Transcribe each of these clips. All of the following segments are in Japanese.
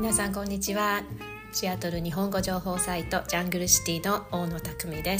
皆さんこんにちは。シアトル日本語情報サイトジャングルシティの大野匠です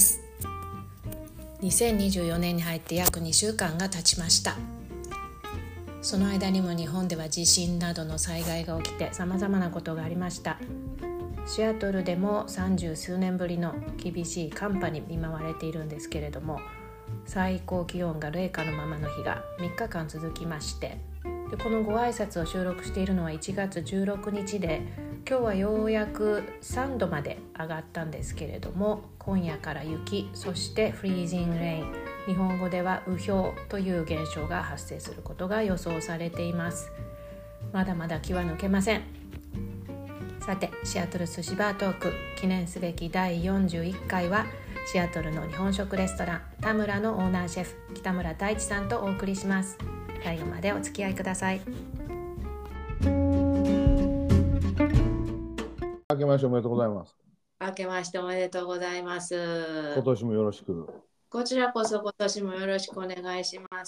。2024年に入って約2週間が経ちました。その間にも日本では地震などの災害が起きて様々なことがありました。シアトルでも30数年ぶりの厳しい寒波に見舞われているんですけれども、最高気温が0下のままの日が3日間続きまして、でこのご挨拶を収録しているのは1月16日で、今日はようやく3度まで上がったんですけれども、今夜から雪、そしてフリージングレイン、日本語では雨氷という現象が発生することが予想されています。まだまだ気は抜けません。さて、シアトル寿司バートーク記念すべき第41回はシアトルの日本食レストラン田村のオーナーシェフ北村太一さんとお送りします。最後までお付き合いください。 明けましておめでとうございます。 明けましておめでとうございます。 今年もよろしく。 こちらこそ今年もよろしくお願いします。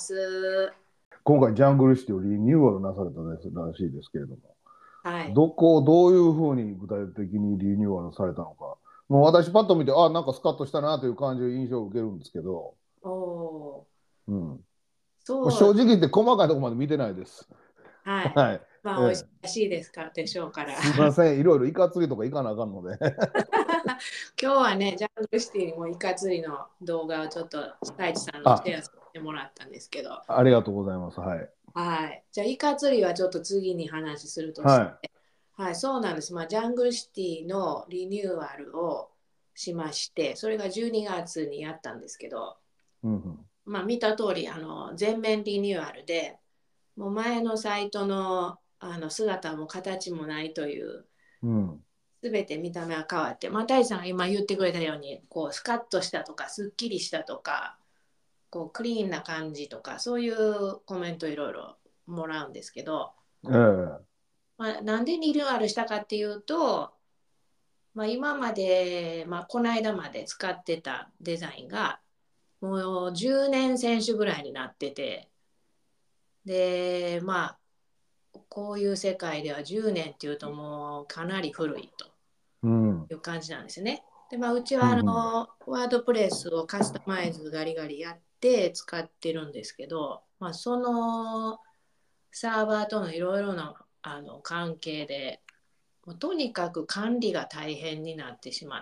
今回ジャングルシティをリニューアルなされたらしいですけれども、 はい。 どういうふうに具体的にリニューアルされたのか、もう私パッと見て、なんかスカッとしたなという感じで印象を受けるんですけど、 おー、 うん、 そう、 正直言って細かいところまで見てないです。 はい。 はい。 まあ、お忙しいですからでしょうから。 すいません、いろいろイカ釣りとか行かなあかんので。 今日はね、ジャングルシティにもイカ釣りの動画をちょっと太一さんのシあ、 ェアしてもらったんですけど、 ありがとうございます。はい。 はい。じゃあ、イカ釣りはちょっと次に話するとして、 ははい、そうなんです。まあ、ジャングルシティのリニューアルをしまして、それが12月にやったんですけど、 い。うんうん。 まあ、見た通り、全面リニューアルで、もう前のサイトの、姿も形もないという、 うん。 すべて見た目は変わって、まあ、大地さんが今言ってくれたように、こう、スカッとしたとか、すっきりしたとか、こう、クリーンな感じとか、そういうコメントいろいろもらうんですけど、 ええ。 まあ、なんでリニューアルしたかっていうと、まあ、今まで、まあ、この間まで使ってたデザインが、もう10年選手ぐらいになってて、で、まあ、こういう世界では10年っていうともうかなり古いとうん。 いう感じなんですね。で、まあ、うちはうんうん。 ワードプレスをカスタマイズガリガリやって使ってるんですけど、まあ、そのサーバーとのいろいろな関係で、もうとにかく管理が大変になってしまって、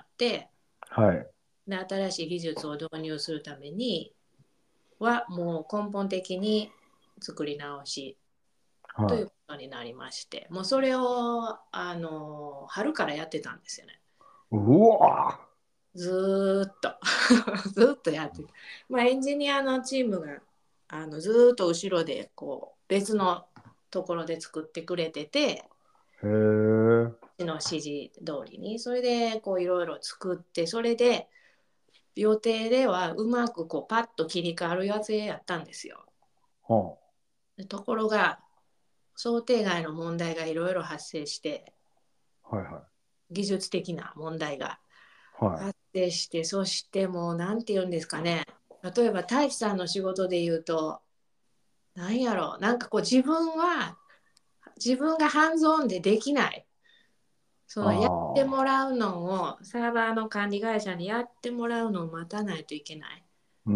はい。 で新しい技術を導入するためにはもう根本的に作り直しというはことになりまして、もうそれを春からやってたんですよね。 い。うわずーっとずーっとやってて、まあ、エンジニアのチームがずーっと後ろでこう別のところで作ってくれてて、 ー。へえ。 の指示通りにそれでこういろいろ作って、それで予定ではうまくこうパッと切り替わるやつやったんですよ。 はところが想定外の問題がいろいろ発生して、 あ。はいは技術的な問題がい。は発生して、そしてもう何て言うんですかね、例えば太一さんの仕事で言うと、何やろう、なんかこう自分がハンズオンでできない、そい。 のやってもああ。 らうのをサーバーの管理会社にやってもらうのを待たないといけない。 うん。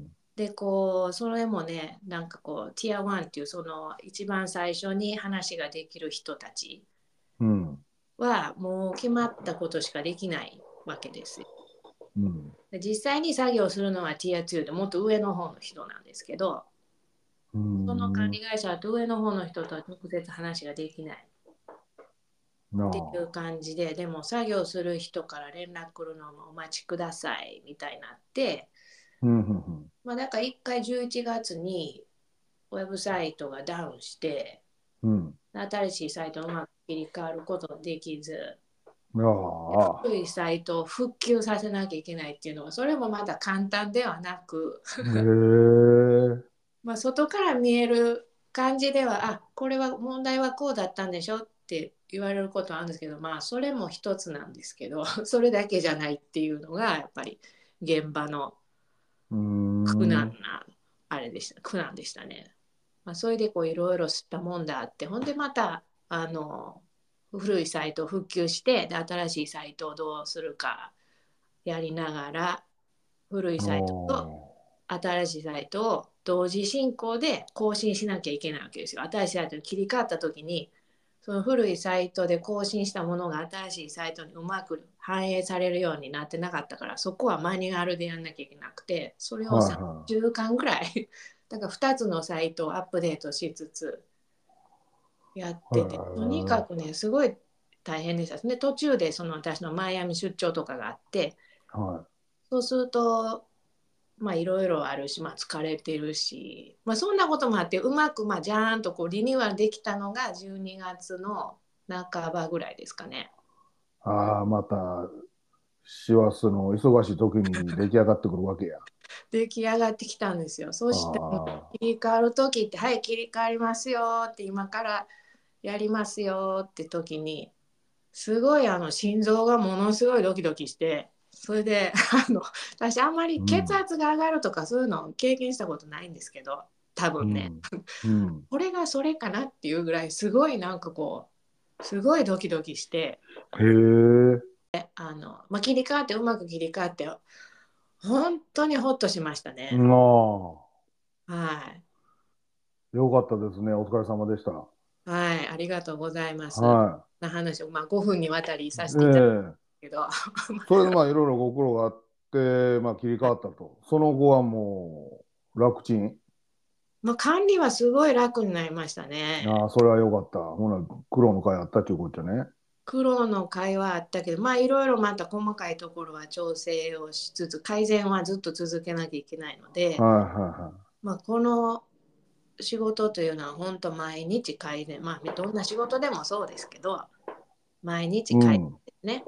でこうそれもね、なんかこうティア1っていうその一番最初に話ができる人たちうん。 はもう決まったことしかできないわけですよ。 うん。 で実際に作業するのはティア2でもっと上の方の人なんですけど、 うその管ん。 理会社と上の方の人とは直接話ができないなっていうあ。 感じで、でも作業する人から連絡来るのもお待ちくださいみたいになって、 うん。うん。 まあ、だから1回11月にウェブサイトがダウンして、 うん。 新しいサイトをうまく切り替わることができず、 ああ。 古いサイトを復旧させなきゃいけないっていうのは、それもまだ簡単ではなく、 へえ。 まあ外から見える感じでは、これは問題はこうだったんでしょって言われることはあるんですけど、まあそれも一つなんですけど、それだけじゃないっていうのがやっぱり現場のう苦難ん。 な苦難でしたね。まあ、それでこういろいろ吸ったもんだあって、ほんでまた古いサイトを復旧して、で新しいサイトをどうするかやりながら、古いサイトとお新しいサイトを同時進行で更新しなきゃいけないわけですよ。新しいサイトに切り替わった時に、その古いサイトで更新したものが新しいサイトにうまく反映されるようになってなかったから、そこはマニュアルでやんなきゃいけなくて、それをはい 3週間ぐらいだから2つのサイトをアップデートしつつやってて、とにかはくねすごい大変でした。で途中でその私のマイアミ出張とかがあって、 い。はそうするとまあいろいろあるし、まあ、疲れてるし、まあ、そんなこともあってうまくまあジャーンとこうリニューアルできたのが12月の半ばぐらいですかね。 い。ああ、また、師走の忙しい時に出来上がってくるわけや。 出来上がってきたんですよ。そあしてあ、 切り替わる時って「はい切り替わりますよ」って今からやりますよって時にすごい心臓がものすごいドキドキして、それで私あんまりうん、 血圧が上がるとかそういうのを経験したことないんですけど、多分ねうん、うん。 これがそれかなっていうぐらいすごいなんかこうすごいドキドキして、 へえ、 まあ、切り替わってうまく切り替わって本当にホッとしましたね。 まあ、 はい。 よかったですね。お疲れ様でした。 はい、ありがとうございます。 はな話を、まあ、5分にわたりさせい。 ていただくけど、 それでまあいろいろご苦労があって、まあ切り替わったと。その後はもう楽ちん。 まあ、管理はすごい楽になりましたね。 ああ、それはよかった。ほな、苦労の会あったっていうことじゃね。 苦労の会はあったけど、まあいろいろまた細かいところは調整をしつつ、改善はずっと続けなきゃいけないので、 はいはいはまあ、この仕事というのは本当毎日改善、まあどんな仕事でもそうですけど、毎い。 日改善うん。 ですね。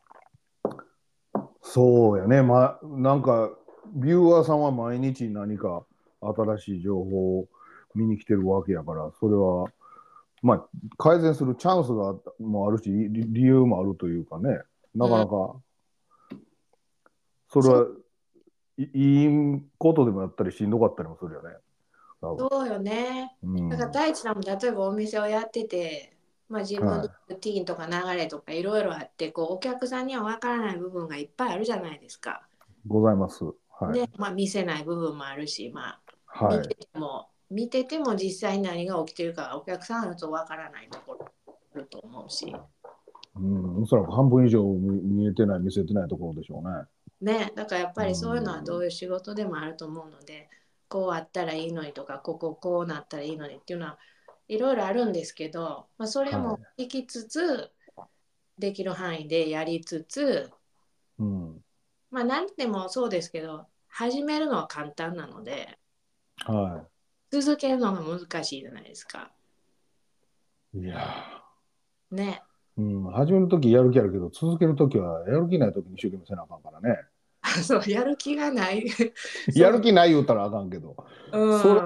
そうやね。まあ、なんか、ビューアーさんは毎日何か新しい情報を見に来てるわけやから、それは、まあ、改善するチャンスがもあるし、理由もあるというかね、なかうん、 なか、それそう、 はいいことでもやったりしんどかったりもするよね、多分。 そうよね。だからうん。 太一さんも例えばお店をやってて、まあ、自分のはルーティーンとか流れとかいろいろあって、こうお客さんには分からない部分がいっぱいあるじゃないですか。 い。ございます。はい。 で、まあ、見せない部分もあるし、まあ、 はい。 見てても実際に何が起きてるかお客さんだと分からないところあると思うし。 うん、おそらく半分以上見えてない、見せてないところでしょうね。 ね、だからやっうぱりそういうのはどうん。 いう仕事でもあると思うので、こうあったらいいのにとか、こうなったらいいのにっていうのはいろいろあるんですけど、まあ、それもはい。 聞きつつ、できる範囲でやりつつ、 うん。 まあ何でもそうですけど、始めるのは簡単なので、 は続けるのが難しいじゃないですか。 い。いやね。 ー、うん、始めるときやる気あるけど、続けるときはやる気ないときに一生懸命せなあかんからね。 そう、やる気がないやそう、 る気ない言うたらあかんけど、 うん、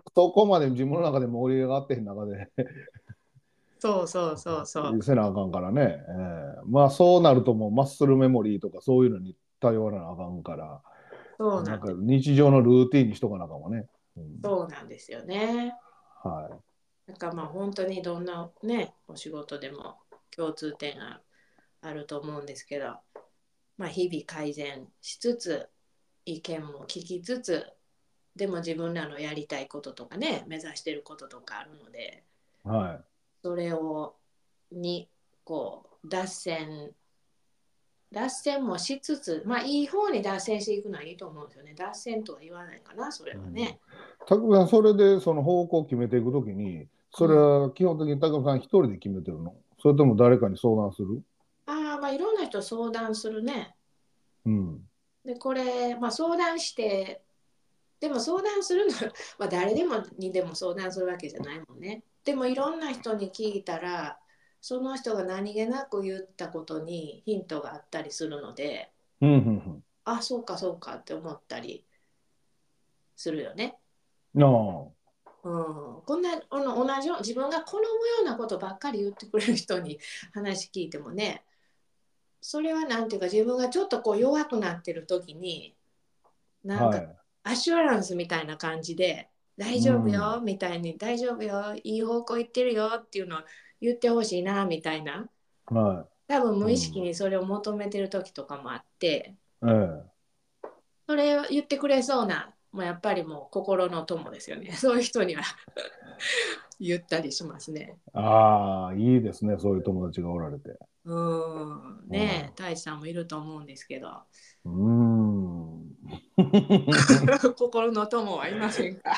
そこまで自分の中で盛り上がってへん中でそう。 せなあかんからね。まあそうなるともうマッスルメモリーとかそういうのに頼らなあかんから、なんかそうなんです。 日常のルーティンにしとかなあかんわね。うん、 そうなんですよね。 はなんかまあ本当にどんなね、お仕事でも共通点があると思うんですけど、まあ日々改善しつつ、意見も聞きつつ、でも自分らのやりたいこととかね、目指してることとかあるので、 い。はそれをにこう脱線もしつつ、まあいい方に脱線していくのはいいと思うんですよね。脱線とは言わないかな、それい。うん。 はね。 たくさんそれでその方向を決めていくときに、それうん。 は基本的にたくさん一人で決めてるの？それとも誰かに相談する？ ああ、まあいろんな人相談するね。 うん。 で、これ、まあ相談して、でも相談するの、まあ誰でもにでも相談するわけじゃないもんね。でもいろんな人に聞いたら、その人が何気なく言ったことにヒントがあったりするので、 うん、うん、 あ、そうかって思ったりするよね。 うん。ああ。 うん、こんな同じよう自分が好むようなことばっかり言ってくれる人に話聞いてもね、それはなんていうか自分がちょっとこう弱くなってる時になんかはい。 アシュアランスみたいな感じで大う丈夫ん。 よみたいに大丈夫よいい方向行ってるよっていうのを言ってほしいなみたいな。 は多分い。 無意識うん。 にそれを求めてる時とかもあって、 ええ。 それを言ってくれそうな、もうやっぱりもう心の友ですよね。そういう人には言ったりしますね。 ああ、いいですね。そういう友達がおられて。 ねえ、太一さんもいると思うんですけど、 うん。うーん。 心の友はいませんか？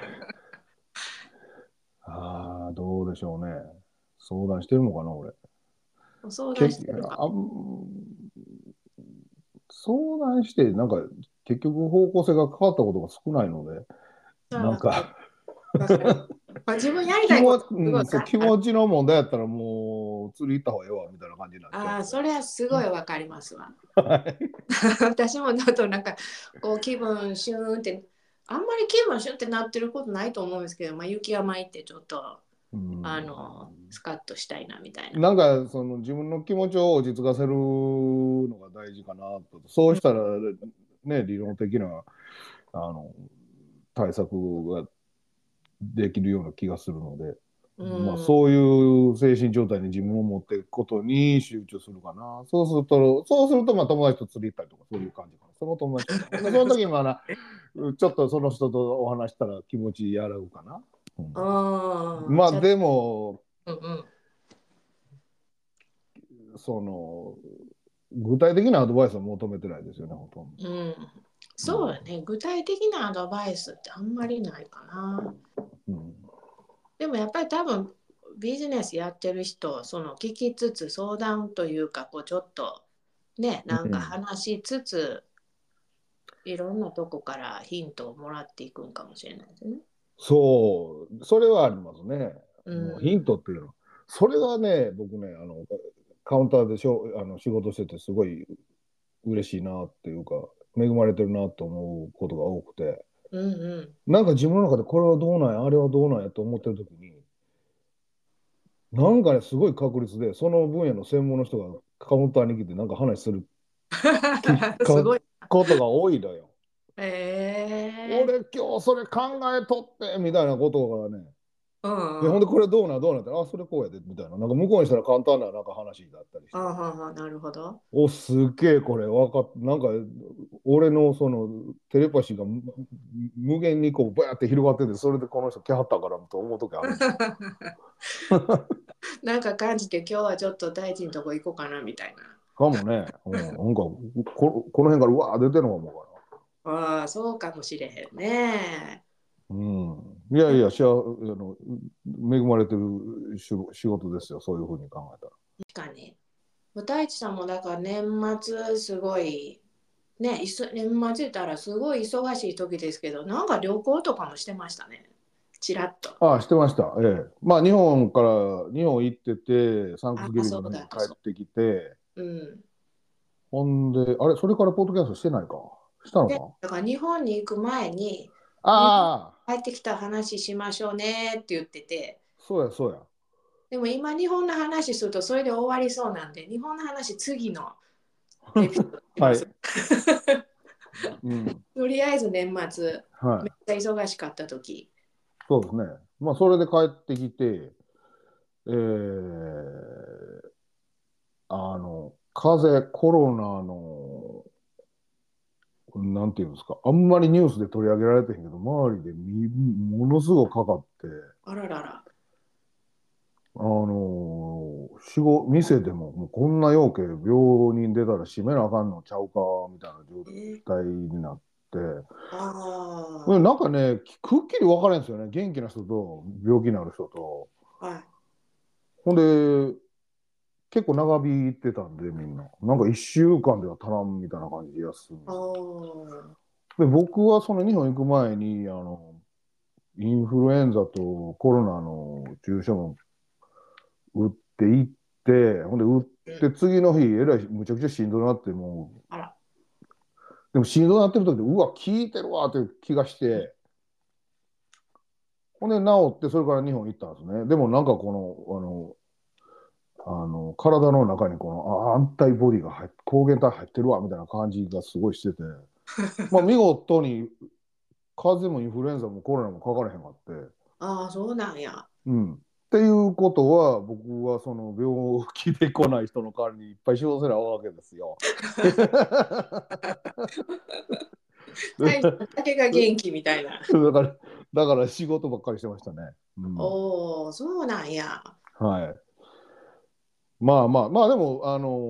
ああ、どうでしょうね。相談してるのかな、俺。 相談け、 してるか。 あん、相談して、なんか、結局方向性が変わったことが少ないので、 それはわかる。 なんかわかる。まあ、自分やりたいことすごいそう、気ある。 持ちの問題やったらもう釣り行った方がええわみたいな感じになっちゃうああ、 ので。 それはすごいわかりますわ。 はい。 私もだとなんかこう気分シューンって、あんまり気分シュンってなってることないと思うんですけど、まあ、雪山行ってちょっとうん。 スカッとしたいなみたいな。 なんかその自分の気持ちを落ち着かせるのが大事かなと。そうしたらね、理論的なあの対策ができるような気がするので、 うまあ、 ん、 そういう精神状態に自分を持っていくことに集中するかな。そうするとまあ友達と釣り行ったりとかそういう感じかな。その友達と。で、その時にまあちょっとその人とお話したら気持ち和らぐかな。うん、まあでも、 うんうん、 その、具体的なアドバイスは求めてないですよね、ほとんうん、 ど。うん。 そうだね。具体的なアドバイスってあんまりないかな。 うん。 でもやっぱり多分ビジネスやってる人、その聞きつつ相談というか、こうちょっとね、なんかうん、 話しつつ、いろんなとこからヒントをもらっていくんかもしれないですね。 そう、それはありますね。 うもうヒンん。 トっていうのは。それがね、僕ね、カウンターで仕事しててすごい嬉しいなっていうか、恵まれてるなと思うことが多くて、 うんうん。 なんか自分の中でこれはどうなんや、あれはどうなんやと思ってる時に、なんかね、すごい確率で、その分野の専門の人がカウンターに来てなんか話するすごい。 ことが多いのよ。 ええ、 俺今日それ考えとってみたいなことがね、 うんうん。 ほんでこれどうなんどうなんって、あ、それこうやでみたいな、なんか向こうにしたら簡単ななんか話だったりしあて、 はは、なるほど。 お、すっげえこれ分かっ、なんか俺のそのテレパシーが無限にこうバーって広がってて、それでこの人来はったからと思う時あるんですよ。 なんか感じて今日はちょっと大臣のとこ行こうかなみたいかもね、うん、なんかこの辺からうわー出てるのかもわかな。ああ、そうかもしれへんね。 らん。うん。いやいや、恵まれてる仕事ですよ、そういうふうに考えたら。 確かに。大地さんもだから年末すごい、ね、年末言ったらすごい忙しい時ですけど、なんか旅行とかもしてましたね。ちらっと。 ああ、してました。ええ。まあ、日本行ってて、サンクああ、 スギビンそうグの日に帰だったそってきて、 う。うん。 ほんで、あれ、それからポッドキャストしてないか。したので、 か。 だから日本に行く前に、日本ああ、 帰ってきた話しましょうねって言ってて、 そうや、そうや。 でも今日本の話するとそれで終わりそうなんで、日本の話次のエピソードします。 はい。うん。 とりあえず年末、めっはい。 ちゃ忙しかった時。 そうですね。まあ、それで帰ってきて、えー、コロナの、なんていうんですか、あんまりニュースで取り上げられてへんけど、周りでものすごくかかって、 あららら。 店でも、もうこんな要件、病人出たら閉めなあかんのちゃうか、みたいな状え態になって、 あなんかね、くっきり分かれんですよね。元気な人と病気になる人と。 あ、はい。 ほんで、結構長引いてたんで、みんな。なんか1週間では足らんみたいな感じで休み。 ああ、 で、僕はその日本行く前に、インフルエンザとコロナの注射も打っていって、ほんで打って次の日、えらいむちゃくちゃしんどくなって、もう、 あら。 でもしんどくなってる時で、うわ、効いてるわっていう気がして、ほんで治って、それから日本行ったんですね。でもなんか体の中にアンタイボディが抗原体入ってるわみたいな感じがすごいしてて、まあ見事に風邪もインフルエンザもコロナもかからへんかって、 ああ、そうなんや。 うん。 ていうことは、僕はその病気で来ない人の代わりにいっぱい仕事せなあかんわけですよ。 大さんだけが元気みたいな。 だから仕事ばっかりしてましたね。うん。 おお、そうなんや。 はい。まあまあまあ、でも、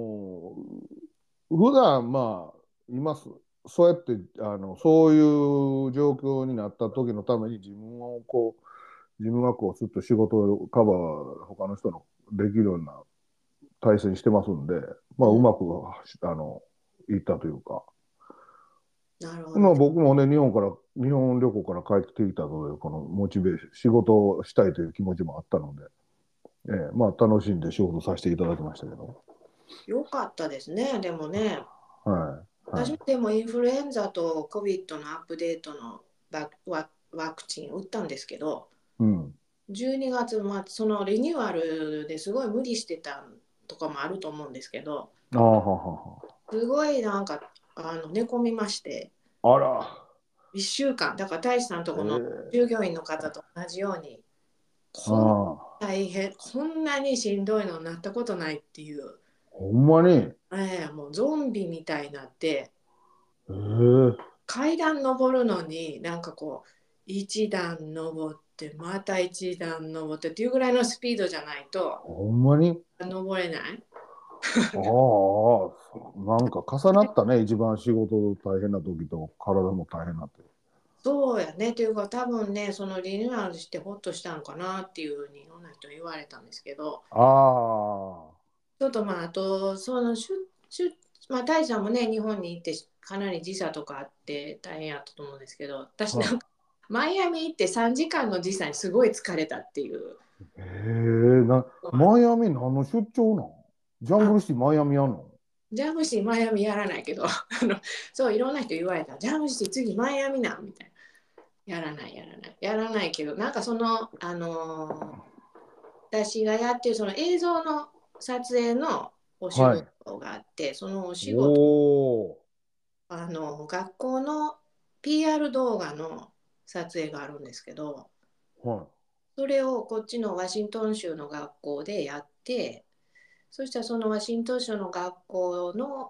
普段まあ、います。そうやって、そういう状況になった時のために自分がこう、すっと仕事をカバー、他の人のできるような体制にしてますんで、まあ、 うん、 うまく、いったというか。まあ、 なるほどね。 僕もね、日本旅行から帰ってきたので、このモチベーション、仕事をしたいという気持ちもあったので、まあ、楽しんで仕事させていただきましたけど。 よかったですね。でもね、 はい。はい。 私もでもインフルエンザと COVID のアップデートのワクチン打ったんですけど、 うん。 12月末、そのリニューアルですごい無理してたとかもあると思うんですけど、 ああ、ははすごいなんか寝込みまして、 は。あら。 1週間、だから大志さんとこのええ、 従業員の方と同じように、 あこんあ、 大変、こんなにしんどいのになったことないっていう、 ほんまに。 もうゾンビみたいになって、 ええ、 階段登るのになんかこう、一段登って、また一段登ってっていうぐらいのスピードじゃないとほんまに。 登れない。 ああ、なんか重なったね。一番仕事大変な時と体も大変なって。 そうやね。というか、多分ね、そのリニューアルしてほっとしたんかなっていうふうにいろんな人に言われたんですけど、 ああ、 ちょっとまあ、あと、そのまあ、タイさんもね、日本に行ってかなり時差とかあって大変やったと思うんですけど、私なんはか、マイアミ行って3時間の時差にすごい疲れたっていう。 い。ええ、マイアミ何の出張なん？ジャンあ、 グルシティマイアミやんの？ ジャムシーマイアミやらないけど、そう、いろんな人言われた。ジャムシー次マイアミなんみたいな。やらない、やらない。やらないけど、なんかその、私がやってるその映像の撮影のお仕事はい。 があって、そのお仕事、 おお、 学校の PR 動画の撮影があるんですけど、 はそれをこっちのワシントン州の学校でやって、そしたらそのワシントン州の学校の、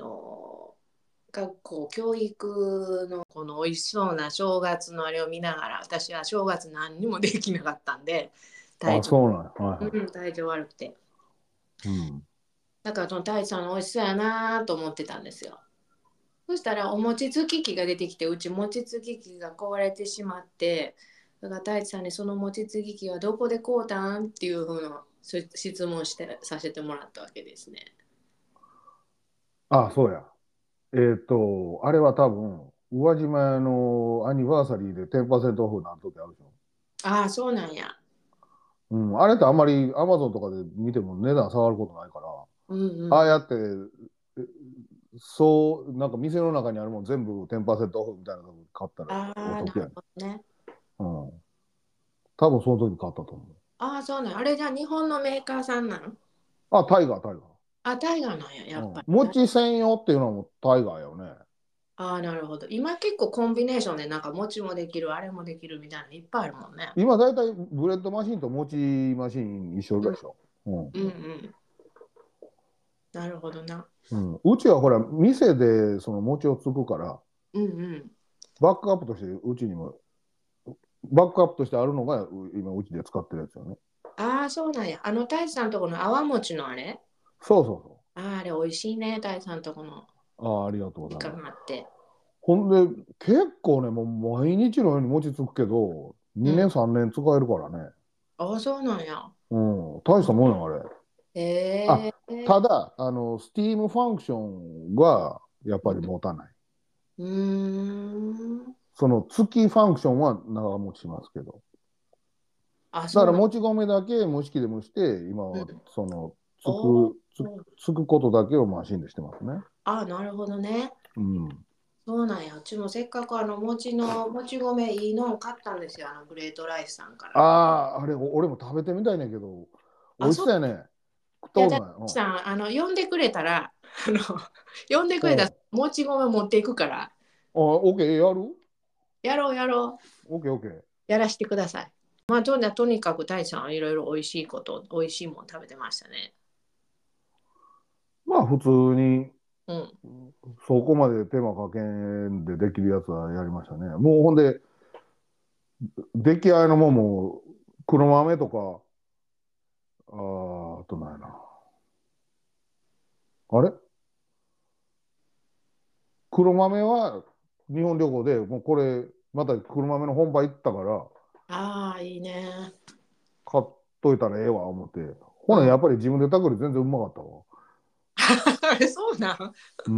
学校教育のこの美味しそうな正月のあれを見ながら、私は正月何にもできなかったんで、 い。あ、 体調、 そうなんや。はいはい。 体調悪くて。 うん。 だからその大地さんの美味しそうやなと思ってたんですよ。そしたらお餅つき機が出てきて、うち餅つき機が壊れてしまって、だから大地さんにその餅つき機はどこで買うたんっていうふうな質問してさせてもらったわけですね。 あ、そうや。あれは多分、宇和島屋のアニバーサリーで10%オフになる時あるでしょ。 ああ、そうなんや。 うん、あれってあんまりアマゾンとかで見ても値段下がることないから、 うんうん。 ああやって、えなんか店の中にあるもん全部10%オフみたいなの買ったらああ、なるお得やね。 ほどね。 うん。多分その時買ったと思う。 ああ、そうなんや。あれじゃあ日本のメーカーさんなの？ あ、タイガー、タイガー。 あ、タイガーなんや、やうん。 っぱり。 餅専用っていうのはもうタイガーよね。 ああ、なるほど。今結構コンビネーションでなんか餅もできる、あれもできるみたいなのいっぱいあるもんね。 今だいたいブレッドマシンと餅マシン一緒うんでしょ。うん。 うんうん。なるほどな。 うん、うちはほら、店でその餅をつくから、 うんうん。 バックアップとしてうちにも、バックアップとしてあるのが今うちで使ってるやつよね。 ああ、そうなんや。太一さんとこの泡餅のあれ、 そうそうそああ、あれ美味しいね、太一さんとこのう。ああ、ありがとうござ時間います。 があって。 ほんで、結構ね、もう毎日のように餅つくけど、2 うん。 年3年使えるからね。 ああ、そうなんや。 うん、大したもんや、あれ。あ、 へえ。 ただ、スティームファンクションがやっぱり持たない。 うん。 その月ファンクションは長持ちしますけど。 あ、 だからそうなん。 もち米だけ蒸し器で蒸して、今はうん。 そのおお。 つくことだけをマシンでしてますね。 ああ、なるほどね。 うん。 そうなんや。うちもせっかくもち米いいのを買ったんですよ。グレートライスさんから。 ああ、あれ、俺も食べてみたいねんけど、美あ、 味しそう。 そうやね。食っいや、大たことない。 地さん、呼んでくれたら、呼んでくうん。 れたら、 うん。 もち米持っていくから、 あ、オッケー、やる？ やろうやろう。 オッケー、オッケー。 やらしてください。 まあとにかく大さんはいろいろ美味しいこと、美味しいもの食べてましたね。 まあ普通にうん。 そこまで手間かけんでできるやつはやりましたね。もうほんで、出来合いのもんも黒豆とか、あとなんやな。あれ黒豆は日本旅行でもうこれ、また黒豆の本場行ったからああ、いいね。 買っといたらええわ思って。ほな、 うん。 やっぱり自分で炊くより全然うまかったわ。 そうなん。 うん。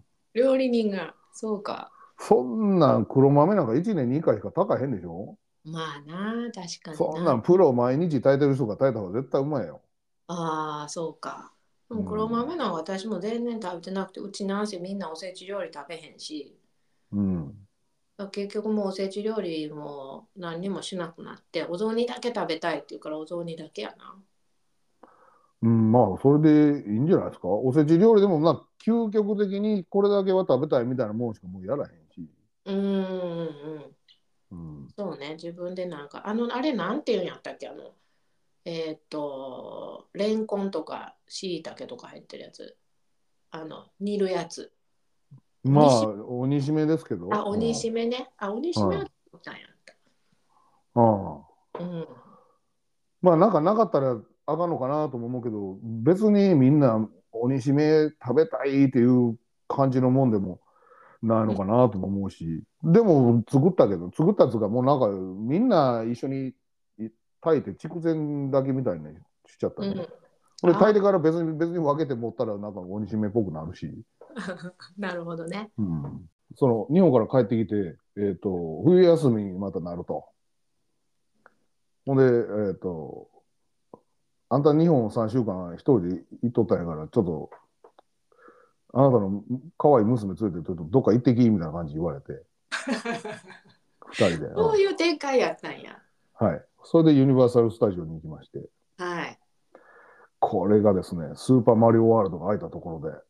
料理人が。そうか。 そんなん黒豆なんか1年に2回しか炊かへんでしょ。 まあな、確かにな。 そんなんプロ毎日炊いてる人が炊いた方が絶対うまいよ。 ああ、そうか。でうも黒豆ん。 なんか私も全然食べてなくて、うちなんせみんなおせち料理食べへんし、 うん。 結局もうおせち料理も何にもしなくなって、お雑煮だけ食べたいって言うからお雑煮だけやな。 うん、まあ、それでいいんじゃないですか。おせち料理でも、まあ、究極的にこれだけは食べたいみたいなもんしかもうやらへんし。 うーん、うん。 うん。 そうね、自分でなんか、あれなんていうんやったっけ、レンコンとかしいたけとか入ってるやつ。煮るやつ。 まあ、鬼しめですけど。 鬼しめね。鬼しめはうん。 作ったんやった。 ああ。 うん。 まあ、なんかなかったらあかんのかなとも思うけど、別にみんな鬼しめ食べたいっていう感じのもんでもないのかなとも思うし、でも作ったけど、作ったっつうか、もうなんかみんな一緒に炊いて筑前だけみたいにしちゃったね。 うん。 これ炊いあてから別に分けて持ったらなんか鬼しめっぽくなるし、 なるほどね。 うん、その日本から帰ってきて、冬休みにまたなると。ほんで、あんた日本3週間一人で行っとったんやから、ちょっとあなたの可愛い娘連れてちょっとどっか行ってきみたいな感じ言われて、二人で、 そういう展開やったんや。 はい。それでユニバーサル・スタジオに行きまして、 はい。 これがですね、スーパーマリオワールドが開いたところで、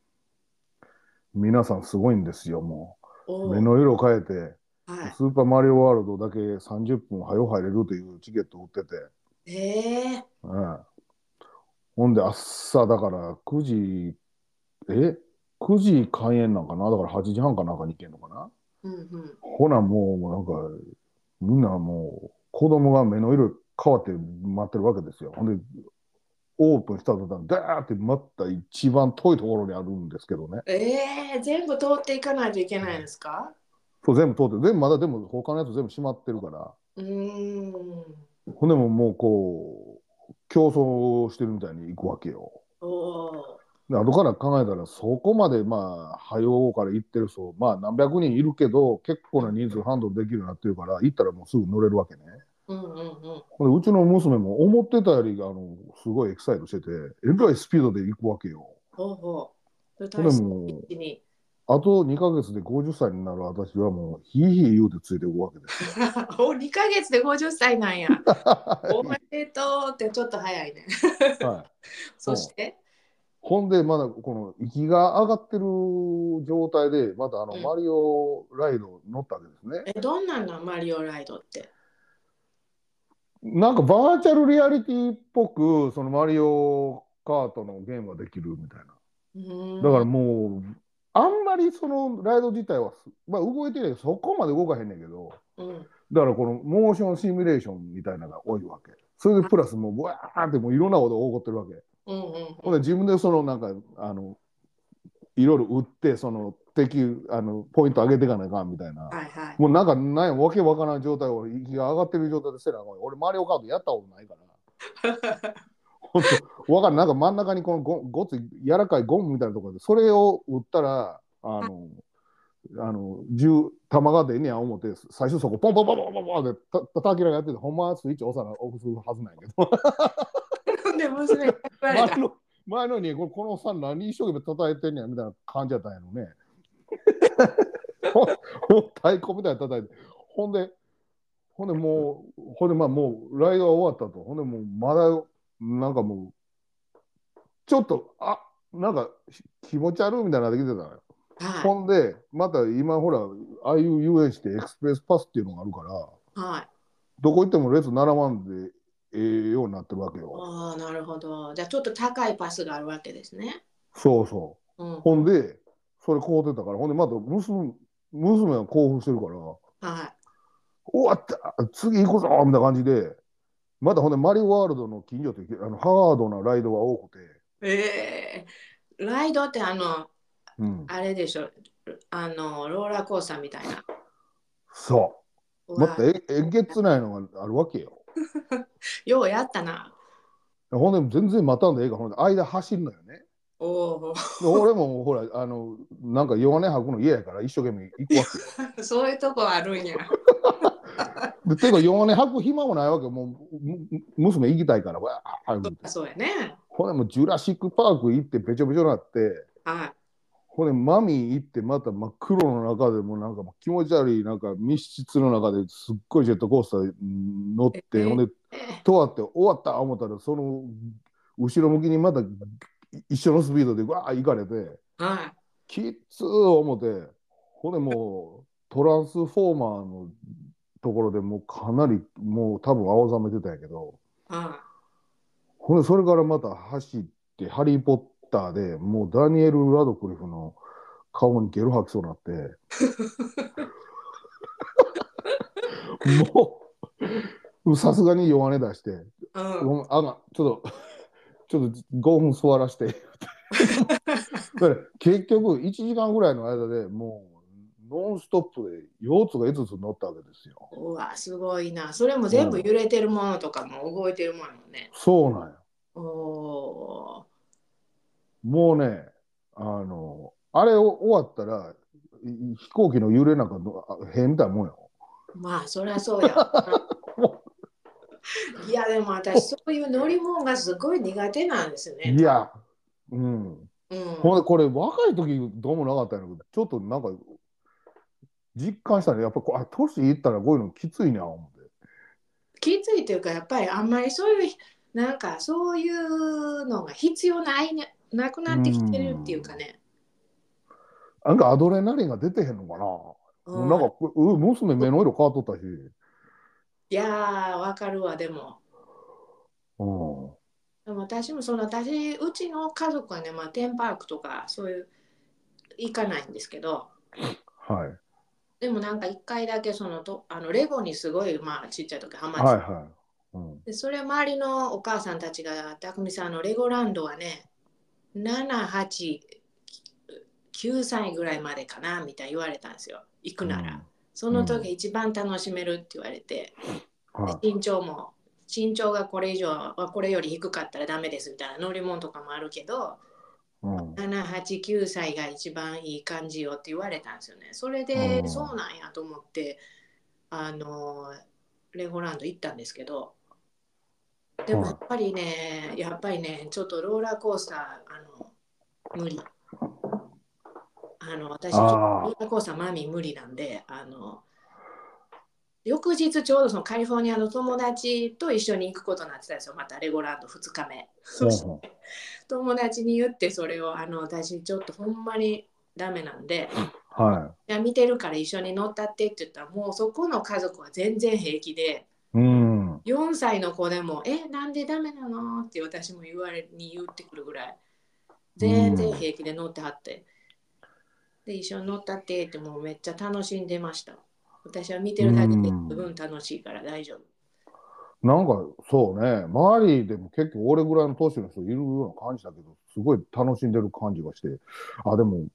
皆さんすごいんですよ、もおう。目お。 の色変えて、 はスーパーマリオワールドだけ30分早入れるというチケットを売ってて、 い。 うん、ほんで朝だから9時、9時開演なんかな、だから8時半かなんかに行けんのかな。 うんうん。 ほなもうなんか、みんなもう子供が目の色変わって待ってるわけですよ。ほんで、オープンした途端、ダーってまた一番遠いところにあるんですけどね。 全部通っていかないといけないんですか？ そう、全部通ってる。全部まだでも他のやつ全部閉まってるから。 うーん。 ほんでももうこう、競争してるみたいに行くわけよ。 おお。 で後から考えたら、そこまでまあ、早うから行ってる人、まあ何百人いるけど、結構な人数ハンドルできるようになってるから、行ったらもうすぐ乗れるわけね。 うんうんうん。 ほんでうちの娘も思ってたより、すごいエキサイトしてて、えらいスピードで行くわけよ。 ほうほう。 ほんで大切もう、 に。 あと2ヶ月で50歳になる私はもう、ひいひい言うてついていくわけですよ。 2ヶ月で50歳なんや。おめはい。 でとうってちょっと早いね。 はい。うん。 そして、 ほんで、まだこの息が上がってる状態で、またうん、 マリオライド乗ったわけですね。 どんなんなんマリオライドって。 なんかバーチャルリアリティっぽく、そのマリオカートのゲームができるみたいな。 うだからーん、 もう、あんまりそのライド自体はまあ動いてるけど、そこまで動かへんねんけど、 うん、 だからこのモーションシミュレーションみたいなのが多いわけ。それでプラスもう、ブワーってもういろんなことが起こってるわけ。 うん、うん、 ほんで自分でそのなんか、いろいろ打って、そのポイント上げていかないかんみたいな。 はいはい。 もうなんか、わけわからない状態を、息が上がってる状態でせなあかん。俺、マリオカートやったことないから。本当わかんない。なんか真ん中にこのごつい柔らかいゴムみたいなところで、それを打ったら、弾が出んねや思って、最初そこ、ポンポンポンポンポンポンって叩きながらやってて、ほんまはスイッチ押さな、押すはずなんやけど、 で、娘に言われた。 前の、前のに、このおっさん何一生懸命叩いてんねやみたいな感じやったんやろね。太鼓みたいに叩いて。ほんで、ほんでもうライドは終わったと。ほんでもうまだ、なんかもう、ちょっと、なんか気持ち悪いみたいなのができてたのよ。 はほんで、また今ほら、ああいう遊園地ってエクスプレスパスっていうのがあるから、 い、はい。 どこ行っても列並ばんでようになってるわけよ。 ああ、なるほど。じゃあちょっと高いパスがあるわけですね。 そうそう。 うんうん。 ほんで、それ買うてたから、ほんでまた娘が興奮してるから、 は終わった次行くぞみたいな感じで、またほんでマリオワールドの近所ってハードなライドが多くて、 い。ライドってうん、 あれでしょ。ローラーコースターみたいな。 そう。まうわ、 たえげつないのがあるわけよ。 ようやったな。 ほんで全然待たんでええから、ほんで間走るのよね。 おお、 で俺もほら、なんか弱音吐くの嫌やから一生懸命行くわけよ。 そういうとこあるんや。 で、ていうか弱音吐く暇もないわけよ。もう娘行きたいから、わー言うて。 そうやね。 ほんでもうジュラシックパーク行ってべちょべちょになって、 はほんでマミー行ってまた真っ黒の中でもなんかもう気持ち悪いなんか密室の中ですっごいジェットコースター乗っい。 て、ほんでとわって終わった思ったらその後ろ向きにまた一緒のスピードでわー行かれて、 はきっつー思って、ほんでもうトランスフォーマーのところでもうかなりもう多分青ざめてたんやけど、 い。はほんでそれからまた走ってハリー・ポッターでもうダニエル・ラドクリフの顔にゲロ吐きそうになって、もうさすがに弱音出して、 い。うん。 ごめんちょっと5分座らして。結局1時間ぐらいの間でもうノンストップで腰痛が5つ乗ったわけですよ。 うわ、すごいな。それも全部うん、 揺れてるものとかも動いてるものもね。 そうなんや。 おお。 もうね、あれ終わったら飛行機の揺れなんか変みたいなもんよ。 まあ、そりゃそうや。いや、でも私、そういう乗り物がすごい苦手なんですね。 いや、うん。 うん。 ほんでこれ若い時どうもなかったんやけど、ちょっとなんか実感したね。やっぱ年いったらこういうのきついな思って。 きついというか、やっぱりあんまりそういう、なんかそういうのが必要ないね、なくうなってきてるっていうかん。 ね。 なんかアドレナリンが出てへんのかな。もううなんかん、 娘目の色変わっとったし。 いやー、わかるわ、でも。 うん。 でも私も私、うちの家族はね、まあ、テーマパークとか、そういう、行かないんですけど、 はい。 でもなんか一回だけレゴにすごい、まあ、ちっちゃい時ハマってはいはい。うん。 で、それ周りのお母さんたちが、たくみさんのレゴランドはね、7、8、9歳ぐらいまでかな、みたいに言われたんですよ。行くなら。 うん。 その時うん。 一番楽しめるって言われて、では身長がこれ以上はこれより低かったらダメですみたいな乗り物とかもあるけど、 い。うん。 7、8、9歳が一番いい感じよって言われたんですよね。それうで、そうん。 なんやと思って、あの、レゴランド行ったんですけど、でもはやっぱりね、ちょっとローラーコースター、無理。 い。 私、ちょっとロあーラーコースターマミー無理なんで、翌日ちょうどそのカリフォルニアの友達と一緒に行くことになってたんですよ。またレゴランド2日目。 あ。うそしてん。 友達に言ってそれを、私ちょっとほんまにダメなんで、 はいや見てるから一緒に乗ったってって言ったら、もうそこの家族は全然平気で、 い。うん。 4歳の子でも、なんでダメなのって私も言ってくるぐらい、 う全然ん。 平気で乗ってはって、で、一緒に乗ったってってもうめっちゃ楽しんでました。私は見てうるだけで十ん。 分楽しいから大丈夫。 なんかそうね、周りでも結構俺ぐらいの年の人いるような感じだけど、すごい楽しんでる感じがして、あ、でも、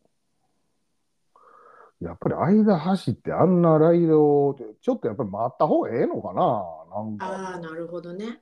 やっぱり間走ってあんなライドって、ちょっとやっぱり待った方がええのかな、なんかああ、 もなるほどね。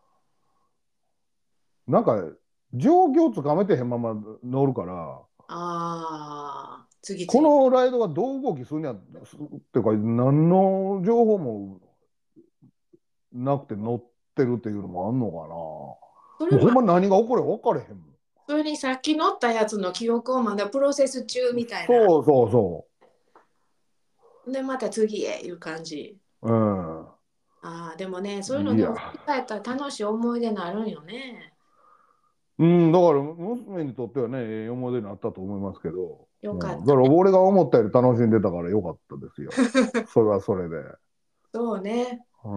う、なんか状況つかめてへんまま乗るから、 ああ、次こ 々。 のライドがどう動きするんやっていうか、何の情報もなくて乗ってるっていうのもあんのかな。 それも、 もうほんま何が起こるか分かれへんもん。 それにさっき乗ったやつの記憶をまだプロセス中みたいな。 そうそうそで、また次へいう感じ。 う。うああ、でもね、そういうのん。いでも振りや。 返ったら楽しい思い出になるんよね。 うん、だから娘にとってはね、ええ思い出になったと思いますけど、 ようん、だからかったね。 俺が思ったより楽しんでたからよかったですよ。それはそれで。 そうね。 うん。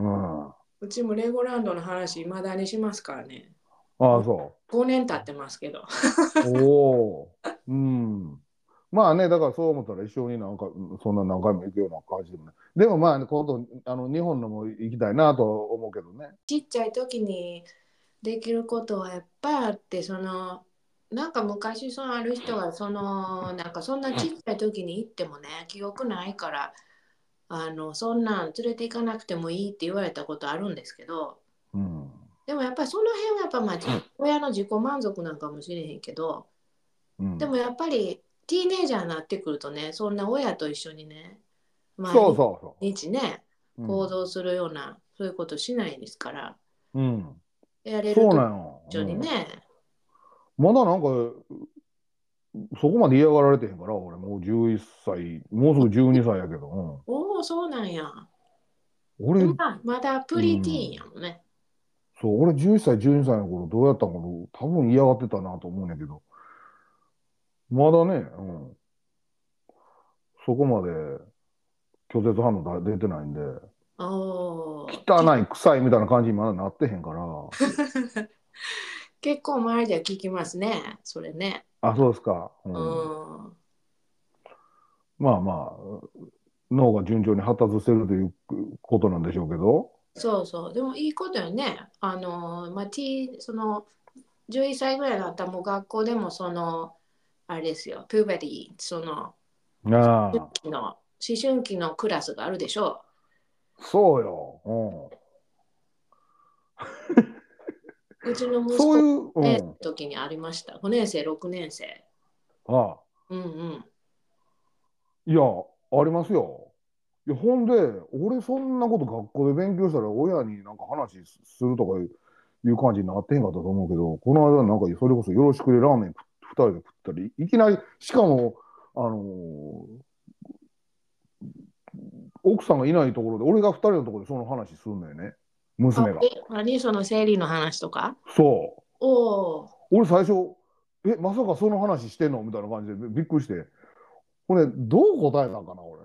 あうちもレゴランドの話、未だにしますからね。 あ、 もそう5年経ってますけど。 う。おお。うん。まあね、だからそう思ったら一緒になんか、そんな何回も行くような感じでもない。でもまあ、今度、日本のも行きたいなと思うけどね。 ちっちゃい時にできることはやっぱりあって、なんか昔ある人がなんかそんなちっちゃい時に行ってもね、記憶ないから、そんなん連れて行かなくてもいいって言われたことあるんですけど、 うん。 でもやっぱりその辺はやっぱまあ親の自己満足なんかもしれへんけど、 うん。 でもやっぱりティーネイジャーになってくるとね、そんな親と一緒にね、 そう毎そうそ日ね、 う。うん。 行動するような、そういうことしないですから、 うん。 やれるとそうなんよ。 一緒にうん。 ね、 まだなんか、そこまで嫌がられてへんから、俺もう11歳、もうすぐ12歳やけど、 おお、そうなんや。 うん、俺、 まだプうリティーンん、 やもんね。 そう、俺11歳、12歳の頃どうやったんかな、多分嫌がってたなと思うんやけど、まだね、うん、そこまで拒絶反応出てないんで、 おお、 汚い、臭いみたいな感じにまだなってへんから、 結構周りでは聞きますね、それね。 あ、そうですか、ううん、 ん、 まあまあ、脳が順調に発達してるということなんでしょうけど、 そうそう。でもいいことよね。まあ、11歳ぐらいになったらもう学校でもあれですよ、プーベリー、 ああ、 思春期のクラスがあるでしょそうよ、 う。うちの息子そういう、うのん、 時にありました。5年生、6年生。 ああ、 うんうん。 いや、ありますよ。いや、ほんで、俺そんなこと学校で勉強したら親になんか話するとかいう感じになってへんかったと思うけど、この間なんかそれこそよろしくでラーメン二人で食ったり、いきなり、しかも、あのー奥さんがいないところで、俺が二人のところでその話すんのよね。娘が。 何その生理の話とか。 そおおう。俺最初、まさかその話してんのみたいな感じでびっくりして。これ、どう答えたんかな、俺。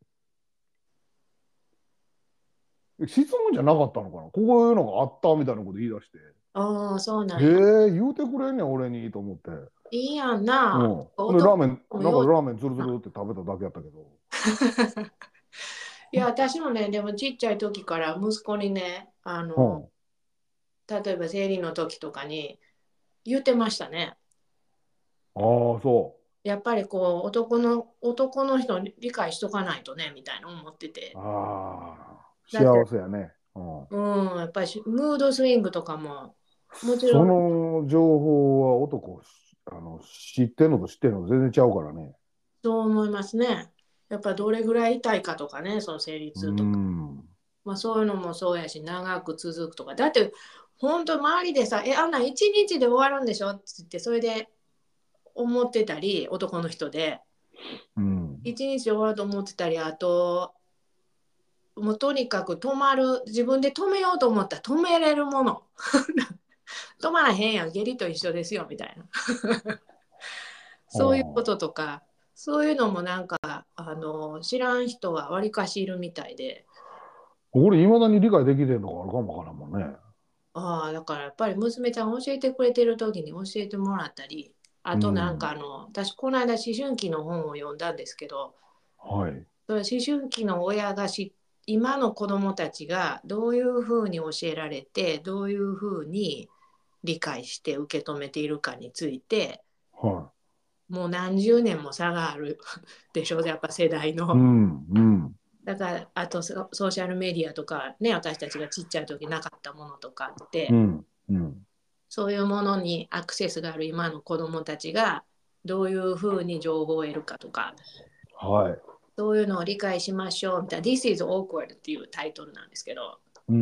質問じゃなかったのかな、こういうのがあったみたいなこと言い出して。 ああ、そうなへんや。 え、言うてくれんねん、俺にと思って。 いいやんうん。 な。 ほんで、ラー男メン、 もようなんかラーメンズルズルって食べただけやったけど。 いや、私もね、でもちっちゃい時から息子にね、 うん。 例えば生理の時とかに言ってましたね。 ああ、そやっぱり男の人に理解しとかないとね、みたいな思ってう。 て。 ああ、 だって、 幸せやね。うん。 やっぱりムードスイングとかも、もちろそんの情報は男、知ってんのと知ってんの全然ちゃうからね。 そう思いますね。やっぱどれぐらい痛いかとかね、その生理う痛とか。 ん。 まあそういうのもそうやし、長く続くとか。だって、本当周りでさ、あんな一日で終わるんでしょって言って、それで思ってたり、男の人で、 うん。 一日で終わると思ってたり、あと、もうとにかく自分で止めようと思ったら止めれるもの。止まらへんやん、下痢と一緒ですよ、みたいな。 あそういうこあ。 ととか、そういうのもなんか、知らん人がわりかしいるみたいで、 俺、いまだに理解できてんのがあるかもわからんもんね。 だからやっぱり娘ちゃん教えてくれてる時に教えてもらったり、あうとなんかん。 私この間思春期の本を読んだんですけど、 はい。 それ思春期の親が今の子どもたちがどういうふうに教えられて、どういうふうに理解して受け止めているかについて、 はもう何十年も差があるでしょ、やっぱ世代い。うの。 ん。うん。 だからあとソーシャルメディアとかね、私たちがちっちゃい時なかったものとかって、 うん。うん。 そういうものにアクセスがある今の子どもたちがどういうふうに情報を得るかとか、 はい。 そういうのを理解しましょうみたいな、This is awkward っていうタイトルなんですけど、 うん。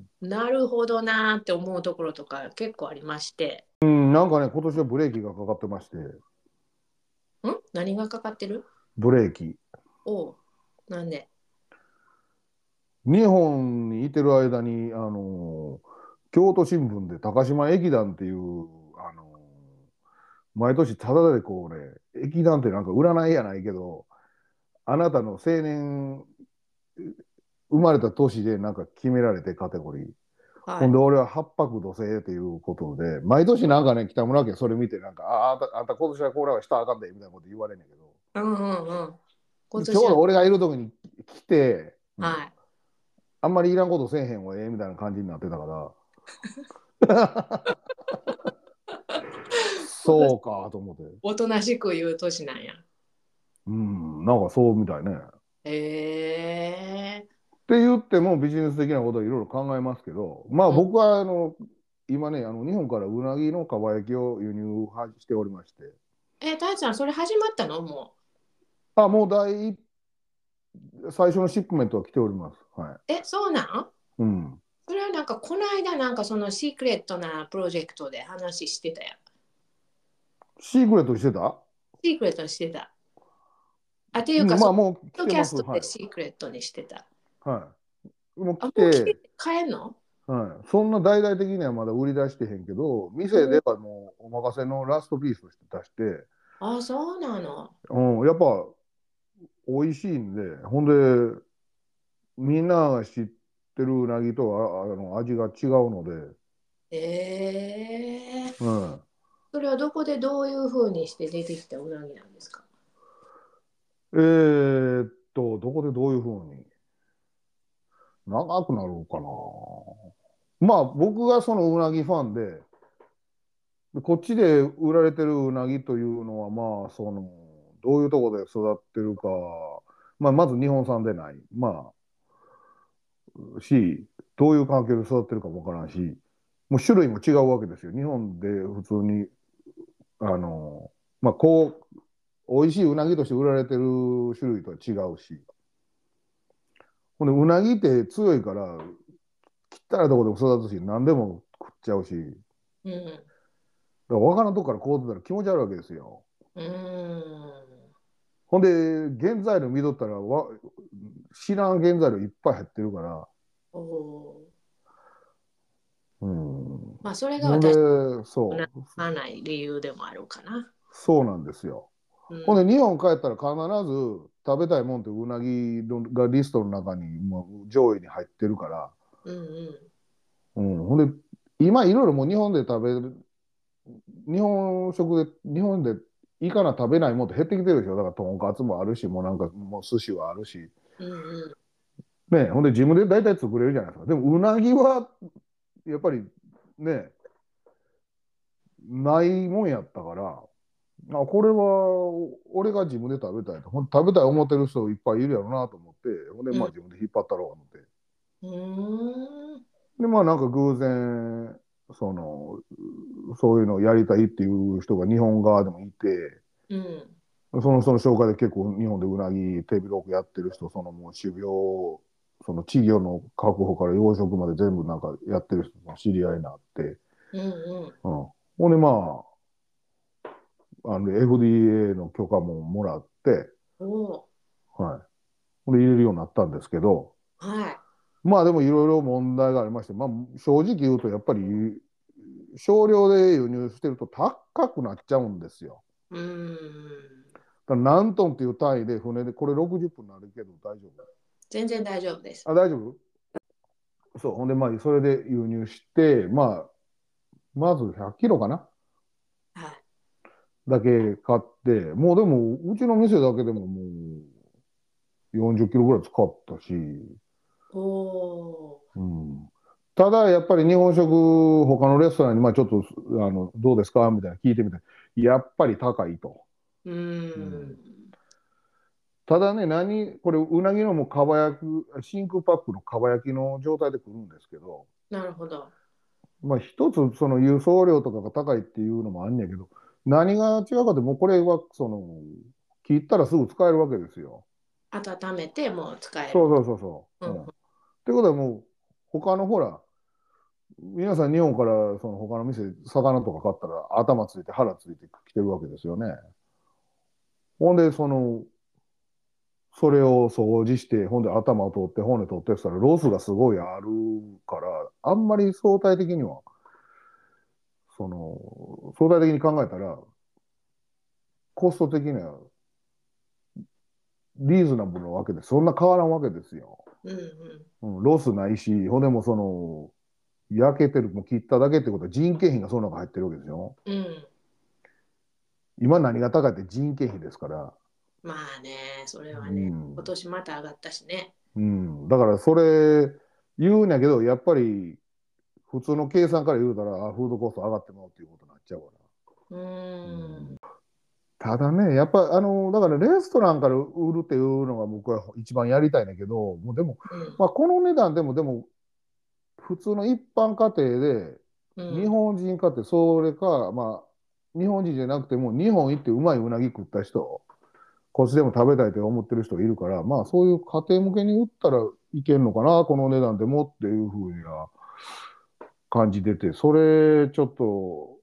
なるほどなーって思うところとか結構ありまして、 うん、なんかね、今年はブレーキがかかってまして、 何がかかってる。 ブレーキ。 おう、なんで。 日本にいてる間に、京都新聞で高島駅団っていう、毎年タダでこうね、駅団ってなんか占いやないけど、あなたの生年生まれた年でなんか決められてカテゴリー。ほんではい。 俺は8泊土星っていうことで、毎年なんかね、北村家それ見てなんか、あんた今年はこれはしたらあかんで、みたいなこと言われんねんけど、 うんうんうん。今ちょう年は、 ど俺がいる時に来て、うん、 はい。 あんまりいらんことせえへんわみたいな感じになってたから、 今年そうかと思って。 おとなしく言う年なんや。 うん、なんかそうみたいね。っへえ。 て言ってもビジネス的なことはいろいろ考えますけど、まあうん。 僕は今ね、日本からうなぎのかば焼きを輸入しておりまして、 大地さん、それ始まったのもあ、もう最初のシップメントは来ております。はい。 う。そうなん？ うん。 それはなんか、この間、なんかそのシークレットなプロジェクトで話してたやん。 シークレットしてた？ シークレットにしてた。っていうか、 うん、まあもう来ポッドキャてます。 ストではい。 シークレットにしてた。 はい。もう来もう来てて、 買えんの？ はい。そんな大々的にはまだ売り出してへんけど、店でおはもうお任せのラストピースとして出して、 そうなの。 うん、やっぱ美味しいんで、ほんで、みんなが知ってるうなぎとは味が違うので、 えうん。 それはどこでどういうふうにして出てきたうなぎなんですか？ どこでどういうふうに長くなるかな。まあ僕がそのうなぎファンで、こっちで売られてるうなぎというのは、まあ、どういうところで育ってるか、まあ、まず日本産でない。まどういう環境で育ってるかもわからんし、もう種類も違うわけですよ。日本で普通に、あの、まあ、美味しいうなぎとして売られてる種類とは違うし。ほんで、うなぎって強いから、切ったらどこでも育つし、何でも食っちゃうし、だかうん。 ら分からんとこからこう出たら気持ち悪いわけですよ。 うーん。 ほんで、原材料見とったら知らん原材料いっぱい入ってるから、 おお。 うん。 まあ、それがほん私で、 のならない理由でもあるかな。 そうなんですよ。ほんで、 うん。 日本帰ったら必ず食べたいもんってうなぎがリストの中にもう上位に入ってるから、 うんうん。 うん。ほんで、今いろいろもう日本で食べる、日本食で、日本でいいかな食べないもんって減ってきてるでしょ。だから、とんかつもあるし、もうなんか、もう寿司はあるし。 うんうん。 ね、ほんで自分で大体作れるじゃないですか。でも、うなぎは、やっぱりね、ないもんやったから、これは俺が自分で食べたいと。食べたい思ってる人いっぱいいるやろなと思って、ほんで、 うん。 まあ自分で引っ張ったろうと思って。 うーん。 で、まあなんか偶然、その、そういうのをやりたいっていう人が日本側でもいて、 うん。 その紹介で結構日本でうなぎ手広くやってる人、もう種苗、その稚魚の確保から養殖まで全部なんかやってる人と知り合いになって、 うんうん。 うん。ほんでまあ、FDA の許可ももらって、 おお。 はい。ほんで入れるようになったんですけど、 はい。 まあでもいろいろ問題がありまして、まあ正直言うとやっぱり少量で輸入してると高くなっちゃうんですよ。 うーん。 だから何トンっていう単位で船でこれ60分になるけど大丈全然大丈夫です。 夫？大丈夫？そう。ほんでまあそれで輸入して、まあまず100キロかなはい。 だけ買って、もうでもうちの店だけでももう40キロぐらい使ったし、 おお。 うん。ただ、やっぱり日本食、他のレストランに、まあちょっと、どうですかみたいな聞いてみて、やっぱり高いと。 ううん。 ーん。 ただね、これ、うなぎのもうかば焼き、真空パックのかば焼きの状態で来るんですけど、 なるほど。 まあ一つ、その輸送料とかが高いっていうのもあんねんけど、何が違うかって、もうこれは、切ったらすぐ使えるわけですよ。 温めてもう使える。 そうそうそうそう。うん。っうん。 てことはもう、他のほら、皆さん日本からその他の店、魚とか買ったら頭ついて腹ついてきてるわけですよね。ほんで、それを掃除して、ほんで頭を取って骨取ってしたらロスがすごいあるから、あんまり相対的に考えたら、コスト的にはリーズナブルなわけです。そんな変わらんわけですよ。 ロスないし、ほんでもその、焼けてる、もう切っただけってことは人件費がその中入ってるわけですよ。 うん。 今何が高いって人件費ですから。 まあね、それはうね、今ん。 年また上がったしね。 うん。だからそれ言うんやけど、やっぱり普通の計算から言うたら、フードコスト上がってもっていうことになっちゃうから。 ううん。 ん。ただね、やっぱだからレストランから売るっていうのが僕は一番やりたいんだけど、もうでも、 うん。 まあ、この値段でも普通の一般家庭で、日うん。 本人家庭、それか、まあ、日本人じゃなくても、日本行ってうまいうなぎ食った人、こっちでも食べたいと思ってる人いるから、まあ、そういう家庭向けに売ったらいけるのかな、この値段でもっていうふうには感じてて、それちょっと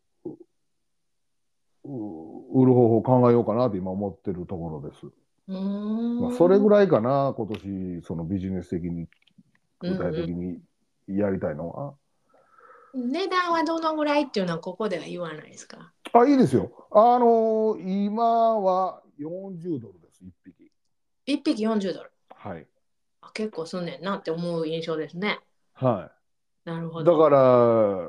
売る方法を考えようかなって今思ってるところです。 うまあ、 ーん。 それぐらいかな、今年、そのビジネス的に、具体うん。 的にやりたいのは。 値段はどのぐらいっていうのはここでは言わないですか？ あ、いいですよ。今は40ドルです、1匹。 1匹40ドル。 はい。 あ、結構すんねんなって思う印象ですね。 はい。だなるほど。 から、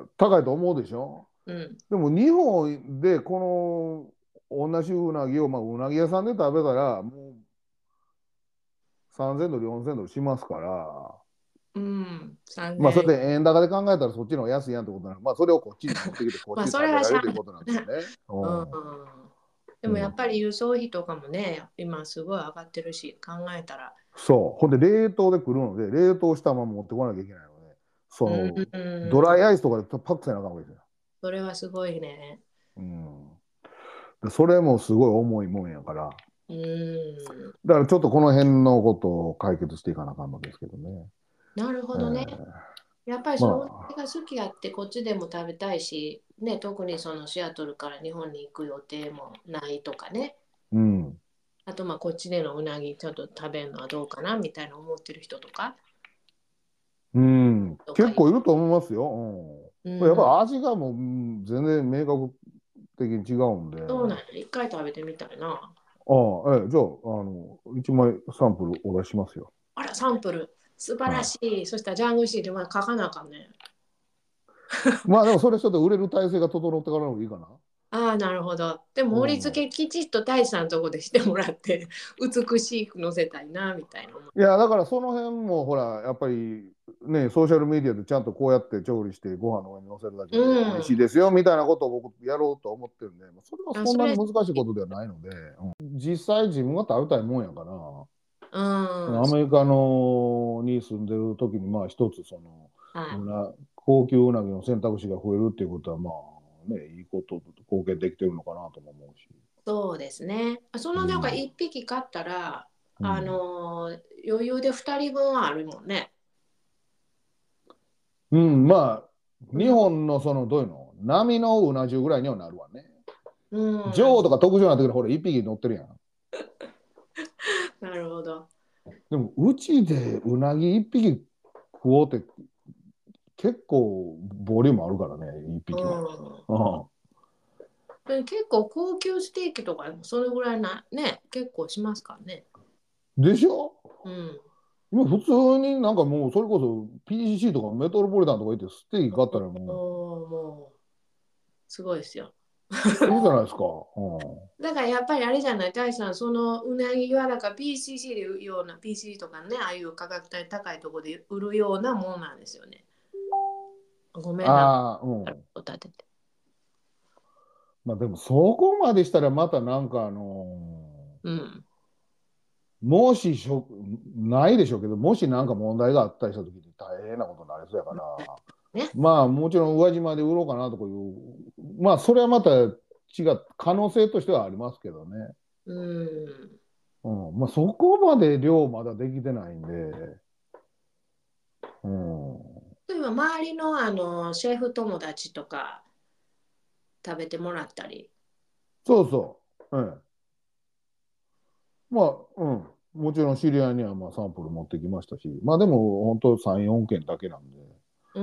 高いと思うでしょ。 うん。 でも、日本でこの同じうなぎを、まあ、うなぎ屋さんで食べたら、もう3000ドル、4000ドルしますから、 うん。 まあ、そ 3000。 れで円高で考えたらそっちの方が安いやんってことなの。まあ、それをこっちに持ってきて、こっまあ、 ちでそれ食べられるというはしゃあないことなんですよね。 な。うん。 うでもやっん。うん。 ぱり輸送費とかもね、今すごい上がってるし、考えたら。 そう。ほんで、冷凍で来るので、冷凍したまま持ってこなきゃいけないので、そうん。 の、ドライアイスとかでパックせなあかんわけですよ。 それはすごいね。 うん。でそれもすごい重いもんやから、 うん。 だからちょっとこの辺のことを解決していかなあかんのですけどね。 なるほどね。 ーやっぱりそのおま店が好きやってこっちでも食べたいし、ね、特にそのシアトルから日本に行く予定もないとかね。 うん。 あとまあこっちでのうなぎちょっと食べるのはどうかなみたいな思ってる人とか、 うん。 とかい、 結構いると思いますよ。 ううん。やっん、 ぱ味がもう、全然明確的に違うんで。 そうなんや。一回食べてみたいな。 じゃあ、一枚サンプルお出ししますよ。 あら、サンプル。素晴らはしい。そしたらジャングルシーでまあ書かなあかんね。 い。まあでもそれちょっと売れる体制が整ってからの方がいいかな。 ああ、なるほど。でもう盛り付ん。 けきちっと大使さんのとこでしてもらって、美しく載せたいなみたいな思い。 いや、だからその辺もほら、やっぱりね、ソーシャルメディアでちゃんとこうやって調理してご飯の上に乗せるだけうで美味しいん。 ですよみたいなことを僕やろうと思ってるんで、それはあ、 そんなにそれ、 難しいことではないので、実際自分が食べたいもんやから、 うん。 アメリカに住んでる時に、まあ一つはい。 高級うなぎの選択肢が増えるっていうことは、まあね、いいこと貢献できてるのかなとも思うし。 そうですね。そのなんかうん。 一匹買ったら、 うん。 余裕で二人分はあるもんね。 うん、まあ、日そんなこと。 本のどういうの波のうな重ぐらいにはなるわね。 うん。 上とか特上になってくるほら、一匹乗ってるやん。 なるほど。 でも、うちでうなぎ一匹食おうって結構ボリュームあるからね、一う匹は。 ん。 うで結構高級ステーキとかそれぐらいな、ね、結構しますからね。 ん。でしょ。 うん。 今普通になんかもうそれこそ PCC とかメトロポリタンとか行ってステーキ買ったらももう、すごいですよ。 ういいじゃないですか。 だからやっぱりあれじゃない、大さん、そのうなぎはだから PCC で売るような、PCC とかね、ああいう価格帯高いところで売るようなものなんですよね。ごめんな、 ああ、うん。 お立てて。 まあでもそこまでしたらまたなんかうん。 もしないでしょうけど、もしなんか問題があったりした時に大変なことになりそうやから、 ね。 まあもちろん宇和島で売ろうかなとかいう、まあそれはまた違う可能性としてはありますけどね。 うん。 まあそこまで量まだできてないんで、うん、 例えば周りの、シェフ友達とか食べてもらったり。 そうそう、まあ、もちろん知り合いにはまあサンプル持ってきましたし、まあでも本当3、4件だけなんで、 うん。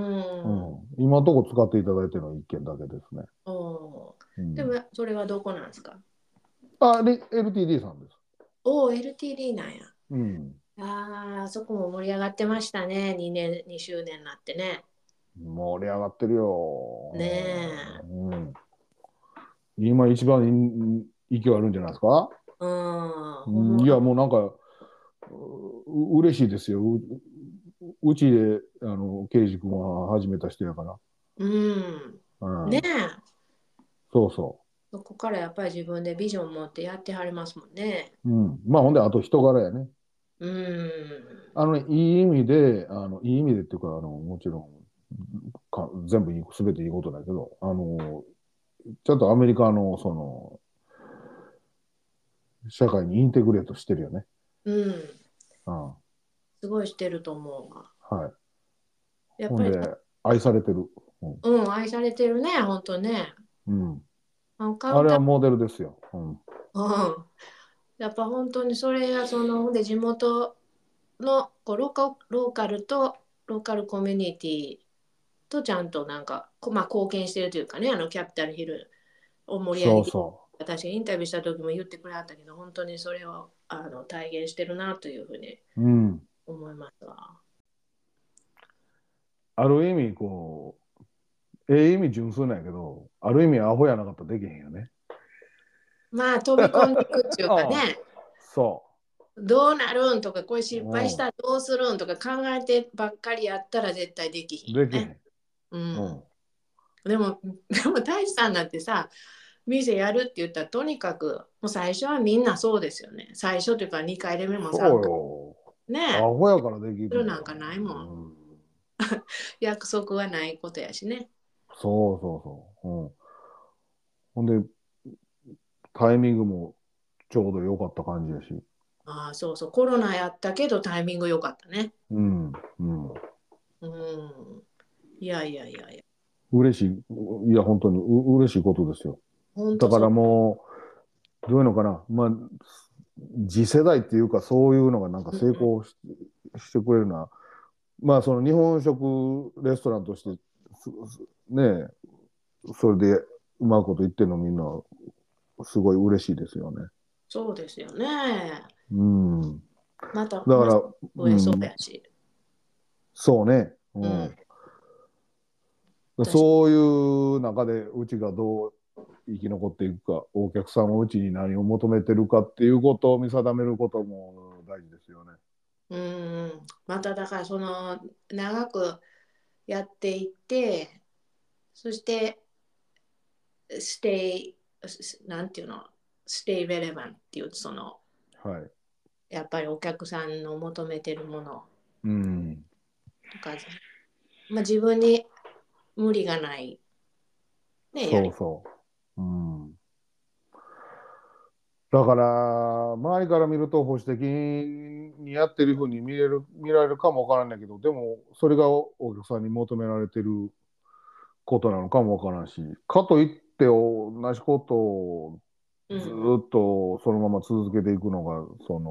今のところ使っていただいてるのは1件だけですね。 おでもうん、 それはどこなんですか？ LTD さんです。 おお、LTD なんや。 うん。 ああ、そこも盛り上がってましたね。2周年になってね。 盛り上がってるねえ。 よ。うん。今一番息あるんじゃないですか。 うん、ほんうん、いや、 ま。 もうなんか、嬉しいですよ。うちで、圭司君は始めた人やから。 うん。 うねん。 え。 そうそそこからやっぱり自分でビジョン持ってやってはりますもんね。 う。うん。まあ、ほんで、あと人柄やね。 うん。 いい意味で、いい意味でっていうか、もちろん、全部いい、すべていいことだけど、ちゃんとアメリカの、社会にインテグレートしてるよね。 うん。 うん。 すごいしてると思うわ。 はい。 やっぱり、 ほんで、愛されてる。うん。 うん、愛されてるね、ほんとね。 うん。 カウンター、 あれはモデルですよ。うん。 うん。やっぱ本当にそれがほんで地元のローカルとローカルコミュニティとちゃんとなんか、まあ、貢献してるというかね、キャピタルヒルを盛り上げて、 そうそ私がインタビューした時も言ってくれはったけど、本当にそれを体現してるなというふうにう。うん。 思いますわ。 ある意味、ええ意味純粋なんやけど、ある意味アホやなかったらできへんよね。 まあ飛び込んでいくっていうかああ、 ね、 そどうなるんとか、これ失敗しう。 たらどうするんとか考えてばっかりやったら絶対できひんよね。 できへん。 うん。 うん。 でも、大志さんなんてさ、店やるって言ったらとにかく、もう最初はみんなそうですよね。最初というか2回目もそう 3回よ。アね。 ホやからできるのそれなんかないもん。 よ。うん。 約束はないことやしね。 そうそうそう。うん。ほんで、タイミングもちょうど良かった感じやし。 ああ、そうそう。コロナやったけどタイミング良かったね。 うん。うん。 うん。いやいやいやいや。 嬉しい。いや、本当に嬉しいことですよ。だからほんとそう。 もう、どういうのかな。まあ、次世代っていうか、そういうのがなんか成うんうん、 してくれるのは、まあ、その日本食レストランとして、ねえ、それでうまいこと言ってるのみんな、すごい嬉しいですよね。 そうですよね。 うん。 また、もしだから、 増えそううん、 やし。 そうね。 うん。 うん。 私、 そういう中でうちがどう生き残っていくか、お客さんはうちに何を求めてるかっていうことを見定めることも大事ですよね。 うん。まただから長くやっていって、そしてステイ、なんていうの、ステイレレバンっていう、 はい。 やっぱりお客さんの求めてるものうん。 とか、まあ、自分に無理がない、ね、 そうそう。うん。だから、周りから見ると保守的にやってるふうに見られるかもわからないけど、でも、それがお客さんに求められてることなのかもわからんし、かといって同じことをずうん。 っとそのまま続けていくのが、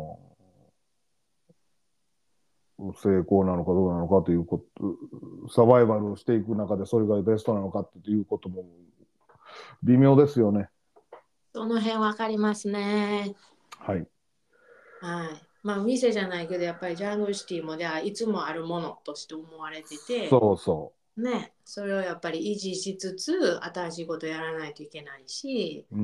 成功なのかどうなのかということ、サバイバルをしていく中でそれがベストなのかっていうことも微妙ですよね。 その辺わかりますね。 はい。 はい。まあ、店じゃないけど、やっぱりジャングルシティもいつもあるものとして思われてて、 そうそね、それをやっぱり維持しつつ、新しいことやらないといけないし、 う。うん。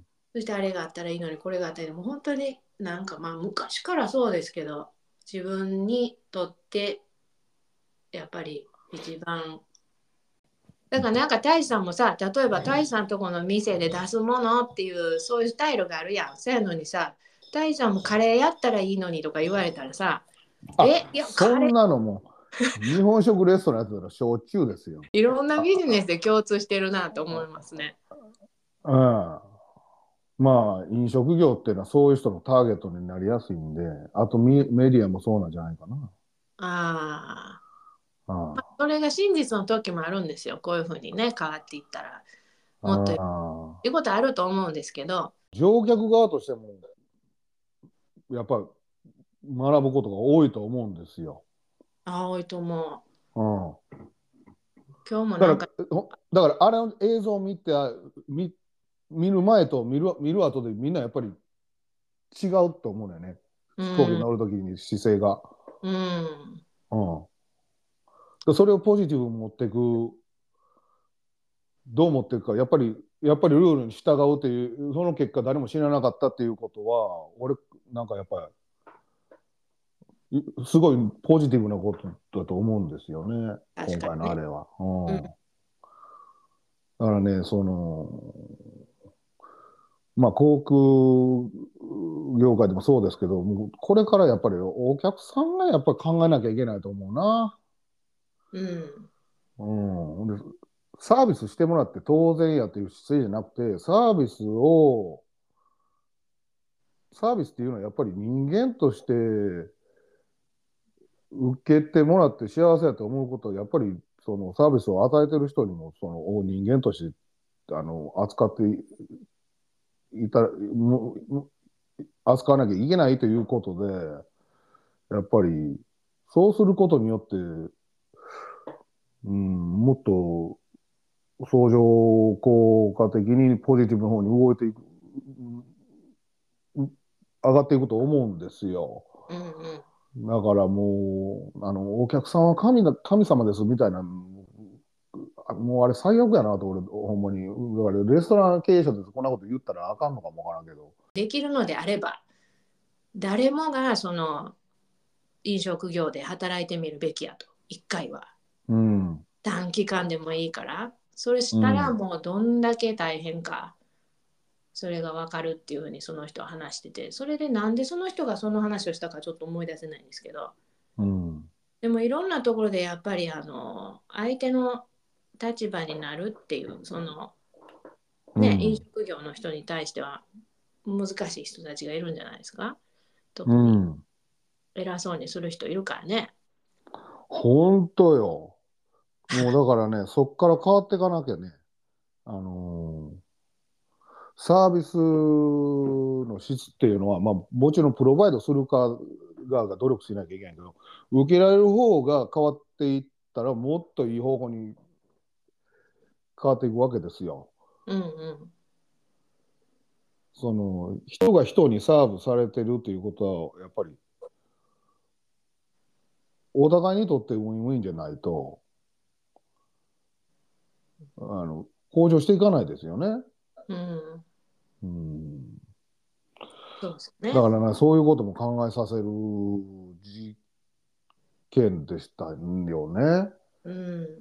そしてあれがあったらいいのに、これがあったらいいのに、もう本当になんかまあ昔からそうですけど、自分にとってやっぱり一番。だからなんか大志さんもさ、例えば大志さんとこの店で出すものっていうそういうスタイルがあるやん。そうやのにさ、大志さんもカレーやったらいいのにとか言われたらさ、 あ、 いや、 そんなのも、日本食レストランやってたら焼酎ですよ。 いろんなビジネスで共通してるなと思いますね。 うん。まあ、飲食業っていうのはそういう人のターゲットになりやすいんで、あとメディアもそうなんじゃないかな。 ああ。まあ、 あそれが真実の時もあるんですよ。こういうふうにね、変わっていったら。 あ、 もっといああ。 いことあると思うんですけど、 乗客側としても、やっぱり学ぶことが多いと思うんですよ。 多いと思う。 うん。 今日もだから、 なんか、 だからあれの映像を見る前と見る後でみんなやっぱり違うと思うんだよね。 飛行機に乗るときに姿勢が。 うん。 うん。でそれをポジティブに持っていく、どう持っていくか、やっぱりルールに従うという、その結果誰も知らなかったっていうことは、俺、なんかやっぱり、すごいポジティブなことだと思うんですよね、今回確かにね。 のあれは。 うん。 うん。だからね、まあ、航空業界でもそうですけど、もうこれからやっぱりお客さんがやっぱり考えなきゃいけないと思うな。 うん。 うん。で、サービスしてもらって当然やっていう姿勢じゃなくて、サービスっていうのはやっぱり人間として受けてもらって幸せやと思うことは、やっぱりそのサービスを与えてる人にもその人間として扱っていた、扱わなきゃいけないということで、やっぱりそうすることによって、もっと相乗効果的にポジティブの方に動いていく、上がっていくと思うんですよ。 うん。うん。 だからもう、お客さんは神様ですみたいな、もうあれ最悪やなと、俺、ほんまに。だからレストラン経営者でこんなこと言ったらあかんのかもわからんけど。 できるのであれば、誰もがその飲食業で働いてみるべきやと、一回は。 うん、 短期間でもいいから、それしたらうん、 もうどんだけ大変か、それがわかるっていうふうにその人は話してて、それでなんでその人がその話をしたかちょっと思い出せないんですけど、 うん、 でもいろんなところでやっぱり相手の立場になるっていう、そのね、飲うん、 食業の人に対しては難しい人たちがいるんじゃないですか。 う特にん。 偉そうにする人いるからね。 本当よ。もうだからね、そっから変わっていかなきゃね、あのーサービスの質っていうのは、まあ、もちろんプロバイドする側が努力しなきゃいけないけど、受けられる方が変わっていったら、もっといい方向に変わっていくわけですよ。 うんうん。 その人が人にサーブされてるということは、やっぱりお互いにとってウィンウィンじゃないと、向上していかないですよね。 うん。 うん。 そうですね。 だからね、そういうことも考えさせる事件でしたよね。 うん。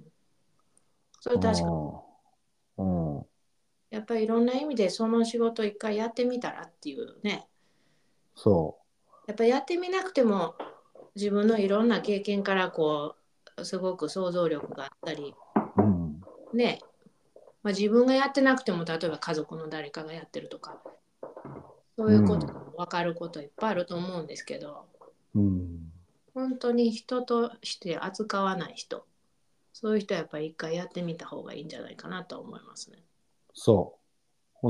それう確か、 ん。うん。 やっぱりいろんな意味でその仕事一回やってみたらっていうね。 そやっぱりやってみなくても自分のいろんな経験からすごく想像力があったり、 う。うん。 ね、まあ、自分がやってなくても例えば家族の誰かがやってるとか、そういうことうん。 分かることいっぱいあると思うんですけど、 うん。 本当に人として扱わない人、そういう人はやっぱり一回やってみた方がいいんじゃないかなと思いますね。 そう。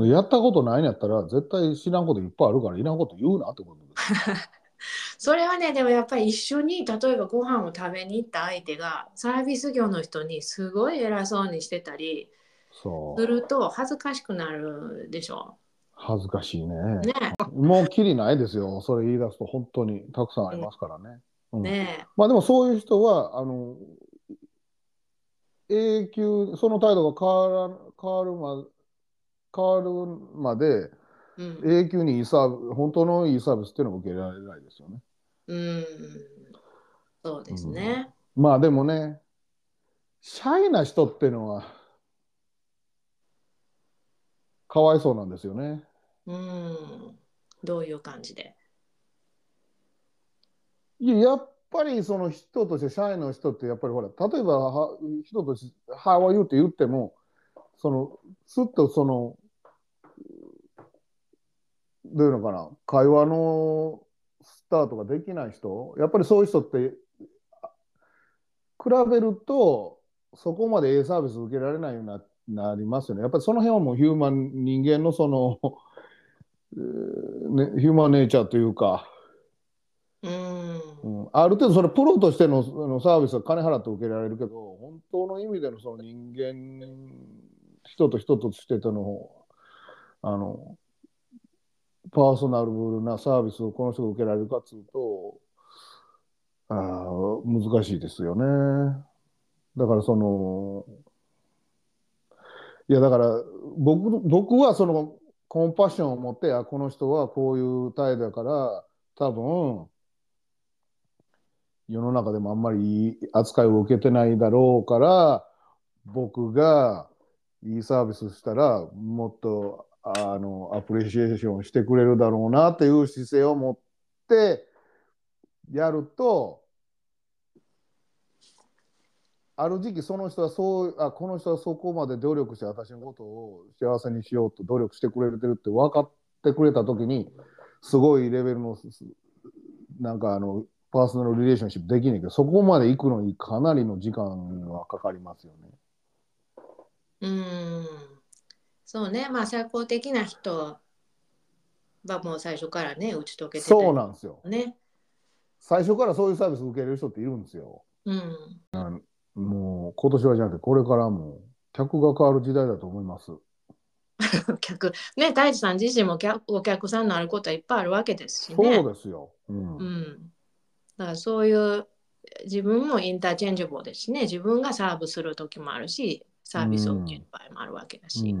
うん、 やったことないんやったら、絶対知らんこといっぱいあるから、いらんこと言うなってことですよ。 それはね、でもやっぱり一緒に例えばご飯を食べに行った相手がサービス業の人にすごい偉そうにしてたりすそう。 ると恥ずかしくなるでしょ恥ずかしいね。 う。ねもうきりないですよ。それ言い出すと本当にたくさんありえ、 ますからね。うん。 ねまあでもそういう人は、その態度が変わるまで、 え、うん、 永久に本当のいいサービスっていうのは受けられないですよね。 うん、そううですん。 ね。 まあでもね、シャイな人っていうのはかわいそうなんですよね。 うん、どういう感じで。 やっぱりその人としてシャイの人ってやっぱりほら、例えば人として「How are you?」って言っても、すっとどういうのかな、会話のスタートができない人、やっぱりそういう人って比べるとそこまでサービス受けられないようになりますよね。やっぱりその辺はもう人間のヒューマンネイチャーというか、 うん、 ある程度それプロとしての、サービスは金払って受けられるけど、本当の意味でのその人間、人と人としてとの、あのパーソナルなサービスをこの人が受けられるかっつうと、難しいですよね。だからいやだから僕はそのコンパッションを持って、この人はこういう態度だから多分世の中でもあんまりいい扱いを受けてないだろうから、僕がいいサービスしたらもっとアプリシエーションしてくれるだろうなっていう姿勢を持ってやると、ある時期その人はこの人はそこまで努力して私のことを幸せにしようと努力してくれてるって分かってくれた時に、すごいレベルのなんかパーソナルリレーションシップできないけど、そこまで行くのにかなりの時間はかかりますよね。 うん。そうね。まあ、社交的な人はもう最初からね、打ち解けてたそうりなんですよ。 ね。 最初からそういうサービスを受けれる人っているんですよ。 うん。 もう今年はじゃなくてこれからも客が変わる時代だと思います。 ね、太一さん自身もお客さんのあることはいっぱいあるわけですしね。 そうですよ。うん。 うん。だからそういう自分もインターチェンジャブルですしね。自分がサーブする時もあるし、 うサービスを受けん。 る場合もあるわけだし。 うん。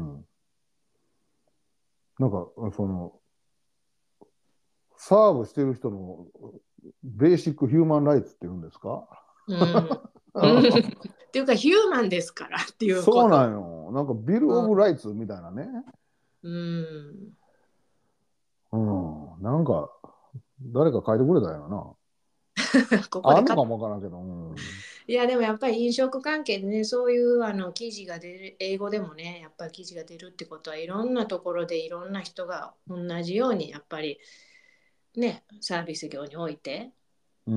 なんかサーブしてる人のベーシックヒューマンライツっていうんですか？ うん。うんっていうか、ヒューマンですからっていうこそうなと。 んよ。なんかビル・うん。 オブ・ライツみたいなね。 うん。 うん。なんか誰か書いてくれたよな。 ここでか、 あんのかもわからんけど。うん。 いやでもやっぱり飲食関係でね、そういう記事が出る、英語でもね、やっぱり記事が出るってことはいろんなところでいろんな人が同じようにやっぱりね、サービス業においてうん。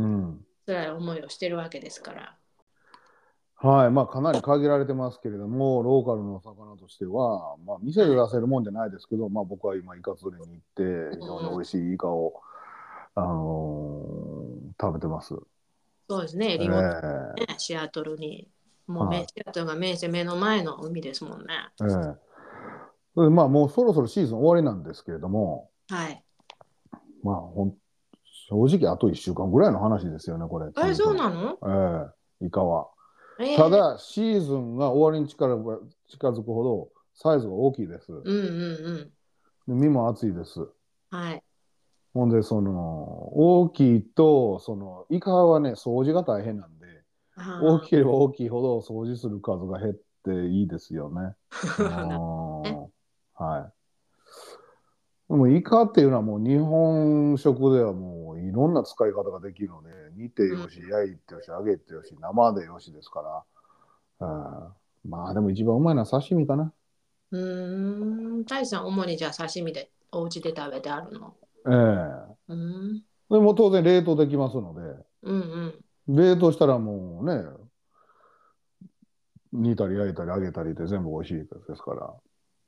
辛い思いをしてるわけですから。 はい。まあかなり限られてますけれども、ローカルの魚としては、まあ店ではい。 出せるもんじゃないですけど、まあ僕は今イカ釣りに行って非常にうん、 美味しいイカを、食べてます。 そうですね、リモート、 ええ、 ね、シアトルに、もうはシアトルが目の前の海ですもんね。 い。ええ。それでまあもうそろそろシーズン終わりなんですけれども、 はい。 まあ正直あと1週間ぐらいの話ですよね、これ、続そうくの。 なの？ イカは。 えー、 ただ、シーズンが終わりに近づくほどサイズが大きいです。 うんうんうん。 で身も厚いです。 はい。 ほんで、大きいと、イカはね、掃除が大変なんで、大あきければ大きいほど掃除する数が減っていいですよね。うーあ、なるほどね。 ん、はい。でもイカっていうのはもう日本食ではもういろんな使い方ができるので、煮てうんよし、焼いてよし、揚げてよし、生でよしですから、まあでも一番うまいのは刺身かな。 タイさん、主にじゃあ刺身でお家で食べてあるの？ ええ。 うん、 でも当然冷凍できますのうんうん。 で、冷凍したらもうね、煮たり焼いたり揚げたりで全部美味しいですから。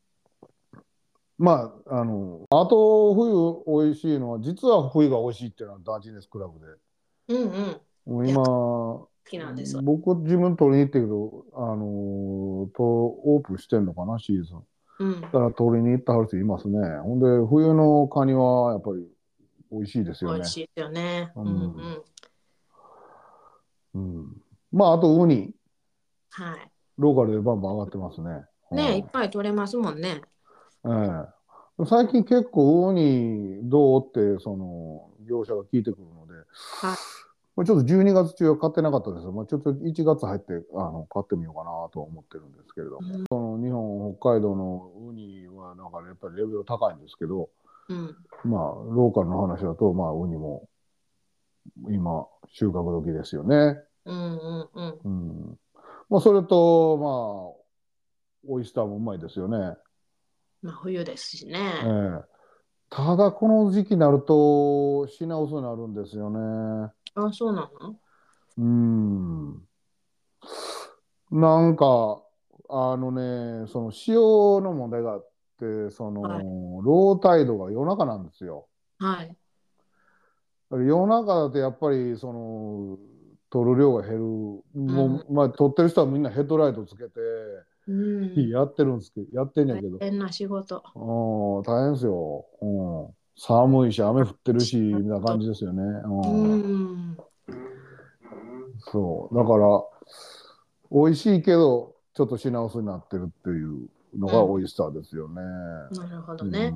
まあ、あと冬美味しいのは、実は冬が美味しいっていうのはダージネスクラブで。 うんうん。 もういや、好今、 きなんですわ。 僕自分取りに行ってるけど、オープンしてんのかな、シーズン。 うん。 だから取りに行ったはる人いますね。ほんで、冬のカニはやっぱり美味しいですよね。 美味しいですよね。うんううん。 ん。 うん。まあ、あとウニ、 はい。 ローカルでバンバン上がってますね。 ね、いっうぱい取れますもんね。 ん。最近結構ウニどうって、業者が聞いてくるので、 はまあちょっと12月中は買ってなかったですが、まあ、ちょっと1月入って、買ってみようかなとは思ってるんですけれどい。 も、 うん。 日本、北海道のウニはなんかやっぱりレベル高いんですけど、 うん。 まあ、ローカルの話だと、まあ、ウニも今、収穫時ですよね。 うんうんうん。 うん。まあ、それと、まあ、オイスターもうまいですよね。 まあ、冬ですしえね。 え。ただ、この時期になると、品薄になるんですよね。 あ、そうなの？ うん。なんか、潮の問題があって、 はい。 ロータイドが夜中なんですよ。 はい。 夜中だとやっぱり、取る量が減る。 うん。 まあ、取ってる人はみんなヘッドライトつけて、 うん。 やってるんですけど、やってんや大けど、 変な仕事。 大変ですよ。うん。 寒いし雨降ってるしみたいな感じですよね。そうだから美味しいけどちょっと品薄になってるっていうのがオイスターですよね。 なるほどね。 うん、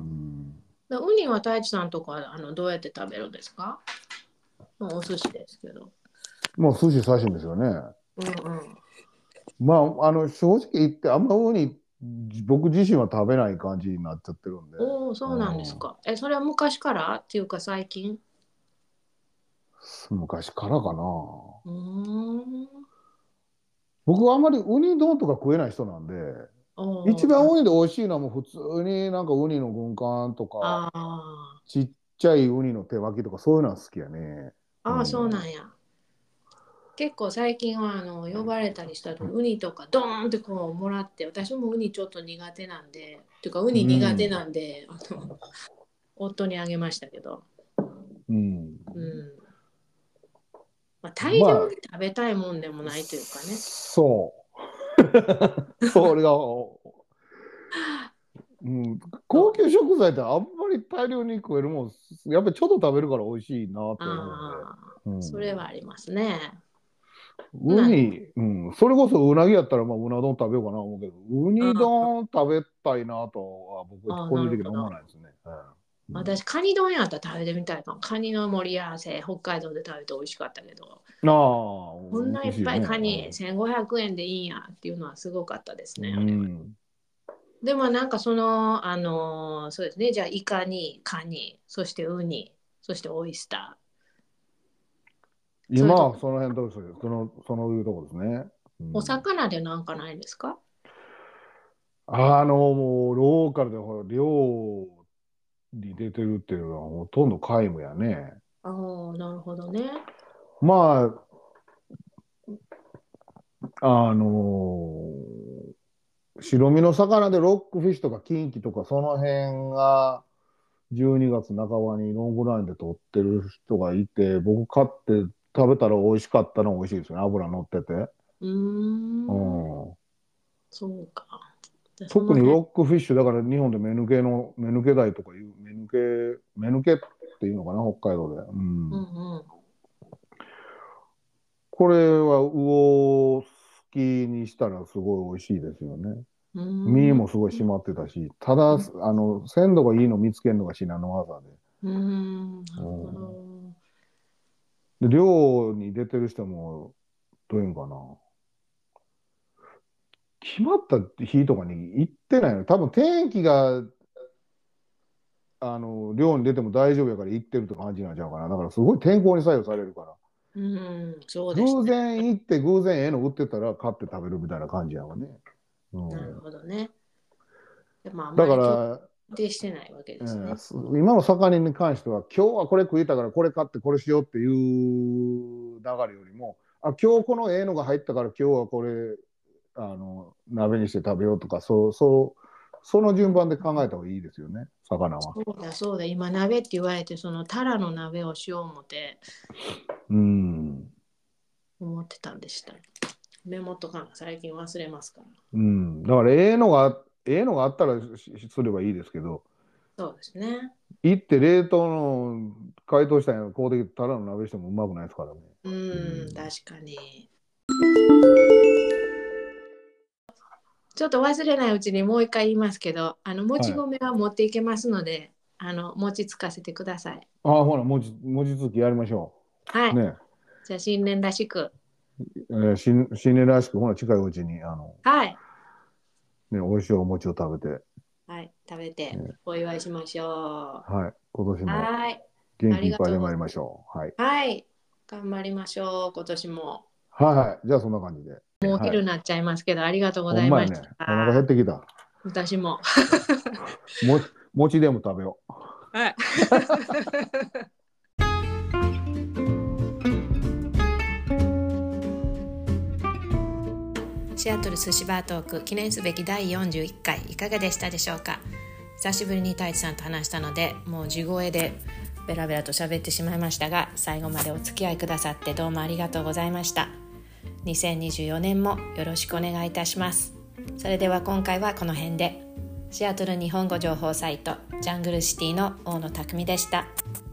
ウニは太一さんとかどうやって食べるんですか？もうお寿司ですけど。 もう寿司刺身ですよね。 うんうん。 まあ正直言ってあんまウニ僕自身は食べない感じになっちゃってるんで、 おお、そうなんですか。それは昔からっていうか最近？ 昔からかな。 うーん。 僕はあんまりウニ丼とか食えない人なんで、一おお、 番ウニで美味しいのはもう普通になんかウニの軍艦とか、 ああ。 ちっちゃいウニの手巻きとかそういうのは好きやね。うああ、そうなん。 んや。結構最近は呼ばれたりしたとウニとかドーンってこうもらって、私もウニちょっと苦手なんで、っていうかウうニ苦手ん。 なんで、夫にあげましたけど、 うん。 うん。まあ、大量にまあ、 食べたいもんでもないというかね。 そう。それが、うん、高そう。 級食材ってあんまり大量に食えるもん、やっぱりちょっと食べるから美味しいなと思うんで。 ああ、 うん。 それはありますね。 ウニ、うん、それこそウナギやったらまあうな丼食べようかな思うけど、ウニあ丼食べたいなとは僕はあ、 個人的には思わなるほど。 ないですね。うん、 私、カニ丼やったら食べてみたいかも。カニの盛り合わせ、北海道で食べて美味しかったけど、 ああ、 こんないっぱい美味しいよね。 カニ1500円でいいんやっていうのはすごかったですうね、あれは。 ん。 でもなんかそうですね、じゃあイカにカニ、そしてウニ、そしてオイスター。そういうとこ、 今はその辺どうですそのいうとこですね。うおん、 魚でなんかないんですか？ もうローカルでほら漁に出てるっていうのはほとんど皆無やね。 ああ、なるほどね。 まあ、白身の魚でロックフィッシュとかキンキとかその辺が12月半ばにロングラインで取ってる人がいて、僕買って食べたら美味しかったのは美味しいですよね。脂乗ってて。 うーうん、 ん。 そうか。じゃあその辺、 特にロックフィッシュだから日本で目抜け鯛とかいう目抜けっていうのかな、北海道で。ううんん。 うん。 これは魚好きにしたらすごい美味しいですよね。 うー身ん、 もすごい締まってたし、ただ、鮮度がいいの見つけるのが至難の技で。 うーん、なうるほん。 ど。 で、漁に出てる人も、どういうんかな。決まった日とかに行ってないの。多分天気が、漁に出ても大丈夫やから行ってるって感じなんちゃうかな。だからすごい天候に左右されるから。 うん、そうです偶ね。 然行って偶然ええの売ってたら買って食べるみたいな感じやわね。うなるん。 ほどね。でもあんだまり決から、 定してないわけですね。 今の盛りに関しては、今日はこれ食いたからこれ買ってこれしようっていう流れよりも、今日このええのが入ったから今日はこれ、鍋にして食べようとか、その順番で考えた方がいいですよね、魚は。 そうだそうだ、今鍋って言われて、そのタラの鍋をしよう思ってうん。 思ってたんでした。メモとか最近忘れますから。 うん。だからええのがあったらすればいいですけど、 そうですね。 行って冷凍の解凍したんやこうでただの鍋してもうまくないですからね。 ううん、 ん。 確かに。ちょっと忘れないうちにもう一回言いますけど、もちはい。 米は持っていけますので、餅つかせてください。 ほら、文字続きやりましょう。 はい。 ね。 じゃあ新年らしく。 新年らしく、ほら、近いうちに、 はい。 ね、美味しいお餅を食べて、 はい。食べてね、 お祝いしましょはい。今年う。 もはい。 元あり気いっぱいで参がとうございます。 りましょう。はい。 はい。頑張りましょう。今年も。 はいはい。じゃあ、そんな感じで。 もうおはい。 昼になっちゃいますけど、ありがとうございましほんまやね。お腹減った。 てきた。 私も。 餅でも食べよう。 はい。シアトル寿司バートーク記念すべき第41回いかがでしたでしょうか。久しぶりに太一さんと話したので、もう地声でベラベラと喋ってしまいましたが、最後までお付き合いくださってどうもありがとうございました。2024年もよろしくお願いいたします。それでは今回はこの辺で。 シアトル日本語情報サイトジャングルシティの大野匠でした。